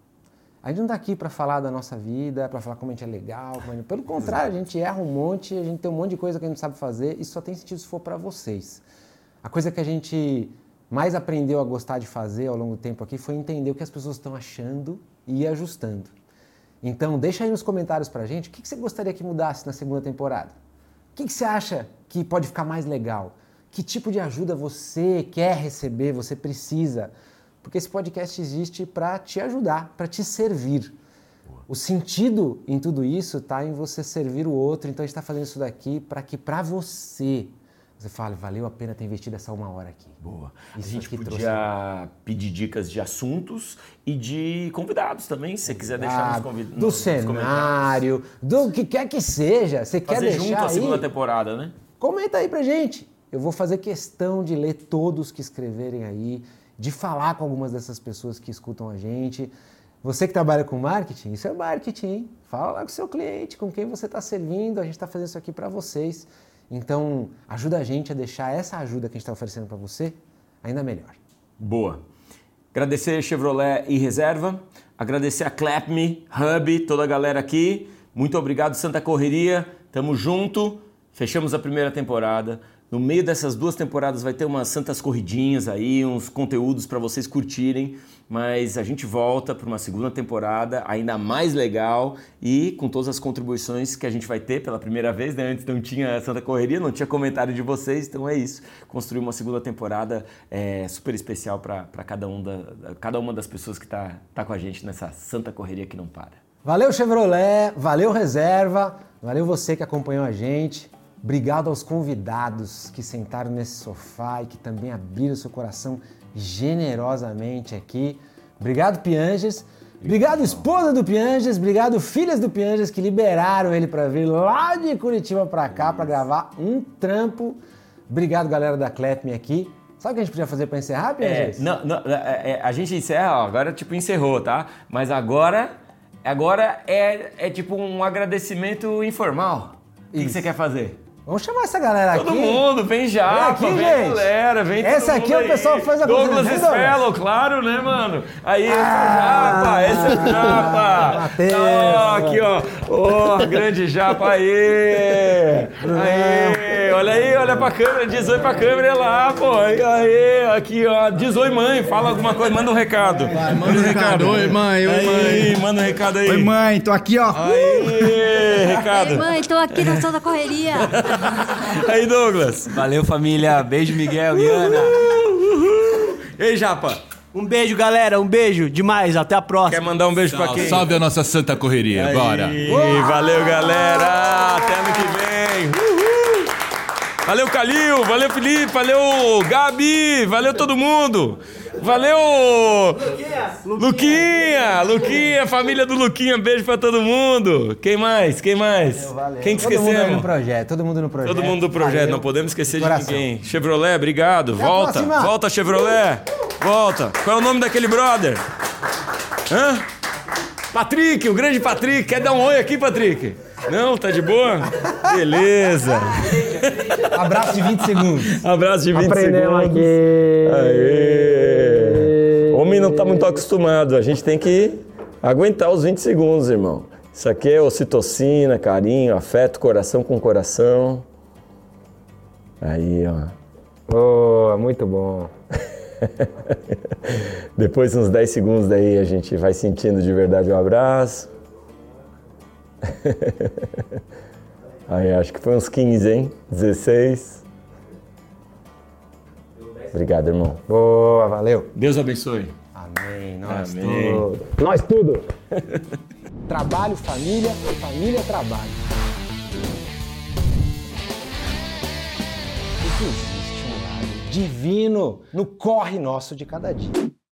A gente não tá aqui pra falar da nossa vida, pra falar como a gente é legal. Como a gente... Pelo contrário, a gente erra um monte, a gente tem um monte de coisa que a gente sabe fazer. Isso só tem sentido se for pra vocês. A coisa que a gente mais aprendeu a gostar de fazer ao longo do tempo aqui foi entender o que as pessoas estão achando e ir ajustando. Então, deixa aí nos comentários pra gente o que você gostaria que mudasse na segunda temporada. O que você acha que pode ficar mais legal? Que tipo de ajuda você quer receber, você precisa? Porque esse podcast existe para te ajudar, para te servir. O sentido em tudo isso está em você servir o outro. Então a gente está fazendo isso daqui para que para você, você fale, valeu a pena ter investido essa uma hora aqui. Boa. Isso a gente aqui podia trouxe... pedir dicas de assuntos e de convidados também, se você quiser deixar nos convidados. Do cenário, do que quer que seja. Você quer Fazer deixar junto a aí? segunda temporada, né? Comenta aí pra gente. Eu vou fazer questão de ler todos que escreverem aí, de falar com algumas dessas pessoas que escutam a gente. Você que trabalha com marketing, isso é marketing, hein? Fala lá com o seu cliente, com quem você está servindo, a gente está fazendo isso aqui para vocês. Então, ajuda a gente a deixar essa ajuda que a gente está oferecendo para você ainda melhor. Boa. Agradecer Chevrolet e Reserva, agradecer a Clap Me, Hub, toda a galera aqui. Muito obrigado, Santa Correria. Tamo junto. Fechamos a primeira temporada. No meio dessas duas temporadas vai ter umas santas corridinhas aí, uns conteúdos para vocês curtirem, mas a gente volta para uma segunda temporada ainda mais legal e com todas as contribuições que a gente vai ter pela primeira vez, né? Antes não tinha Santa Correria, não tinha comentário de vocês, então é isso. Construir uma segunda temporada é, super especial para cada, um da, cada uma das pessoas que está tá com a gente nessa Santa Correria que não para. Valeu Chevrolet, valeu Reserva, valeu você que acompanhou a gente. Obrigado aos convidados que sentaram nesse sofá e que também abriram seu coração generosamente aqui. Obrigado, Pianges. Obrigado, esposa do Pianges. Obrigado, filhas do Pianges, que liberaram ele para vir lá de Curitiba para cá para gravar um trampo. Obrigado, galera da Clap Me aqui. Sabe o que a gente podia fazer para encerrar, Pianges? É, não, não, é, é, a gente encerra, ó, agora tipo encerrou, tá? Mas agora, agora é, é tipo um agradecimento informal. O que, que você quer fazer? Vamos chamar essa galera todo aqui. Todo mundo, vem já, vem, aqui, vem gente. galera, vem Esse todo aqui mundo é o pessoal aí. que faz a Douglas coisa, né, Spello, claro, né, mano? Aí, esse Ah, é o Japa, esse é o Japa. Matheus. Ó, aqui, ó. Ó, oh, grande Japa, aí. Aí, olha aí, olha pra câmera, diz oi pra câmera lá, pô. Aí, aqui, ó, diz oi, mãe, fala alguma coisa, manda um recado. Vai, manda um recado. Oi, mãe, oi, aí, mãe. Manda um recado aí. Oi, mãe, tô aqui, ó. Aí, recado. Ei, mãe, tô aqui na Santa Correria. Aí, Douglas. Valeu, família. Beijo, Miguel e Ana. Ei, Japa. Um beijo, galera. Um beijo demais. Até a próxima. Quer mandar um beijo pra quem? Salve a nossa Santa Correria. Aí, Bora. Valeu, galera. Até ano que vem. Uhul. Valeu, Calil. Valeu, Felipe. Valeu, Gabi. Valeu, todo mundo. Valeu, Luquinha. Luquinha, família do Luquinha. Beijo pra todo mundo. Quem mais? Quem mais? Valeu, valeu. Quem que todo esquecemos? Todo mundo no esquecemos? projeto. Todo mundo no projeto. Todo mundo do projeto. Valeu. Não podemos esquecer de Coração. ninguém. Chevrolet, obrigado. Até a Volta. próxima. Volta, Chevrolet. Volta. Qual é o nome daquele brother? Hã? Patrick, o grande Patrick. Quer dar um oi aqui, Patrick? Não, tá de boa? Beleza. Abraço de vinte segundos. Abraço de vinte Aprendemos segundos. aqui. Aê. O homem não tá muito acostumado. A gente tem que aguentar os vinte segundos, irmão. Isso aqui é ocitocina, carinho, afeto, coração com coração. Aí, ó. Boa, muito bom. Depois, uns dez segundos, daí a gente vai sentindo de verdade o abraço. Aí acho que foi uns quinze, hein? dezesseis. Obrigado, irmão. Boa, valeu. Deus abençoe. Amém, nós Amém. tudo. Nós tudo. Trabalho, família, família, trabalho. Porque existe um lado divino no corre nosso de cada dia.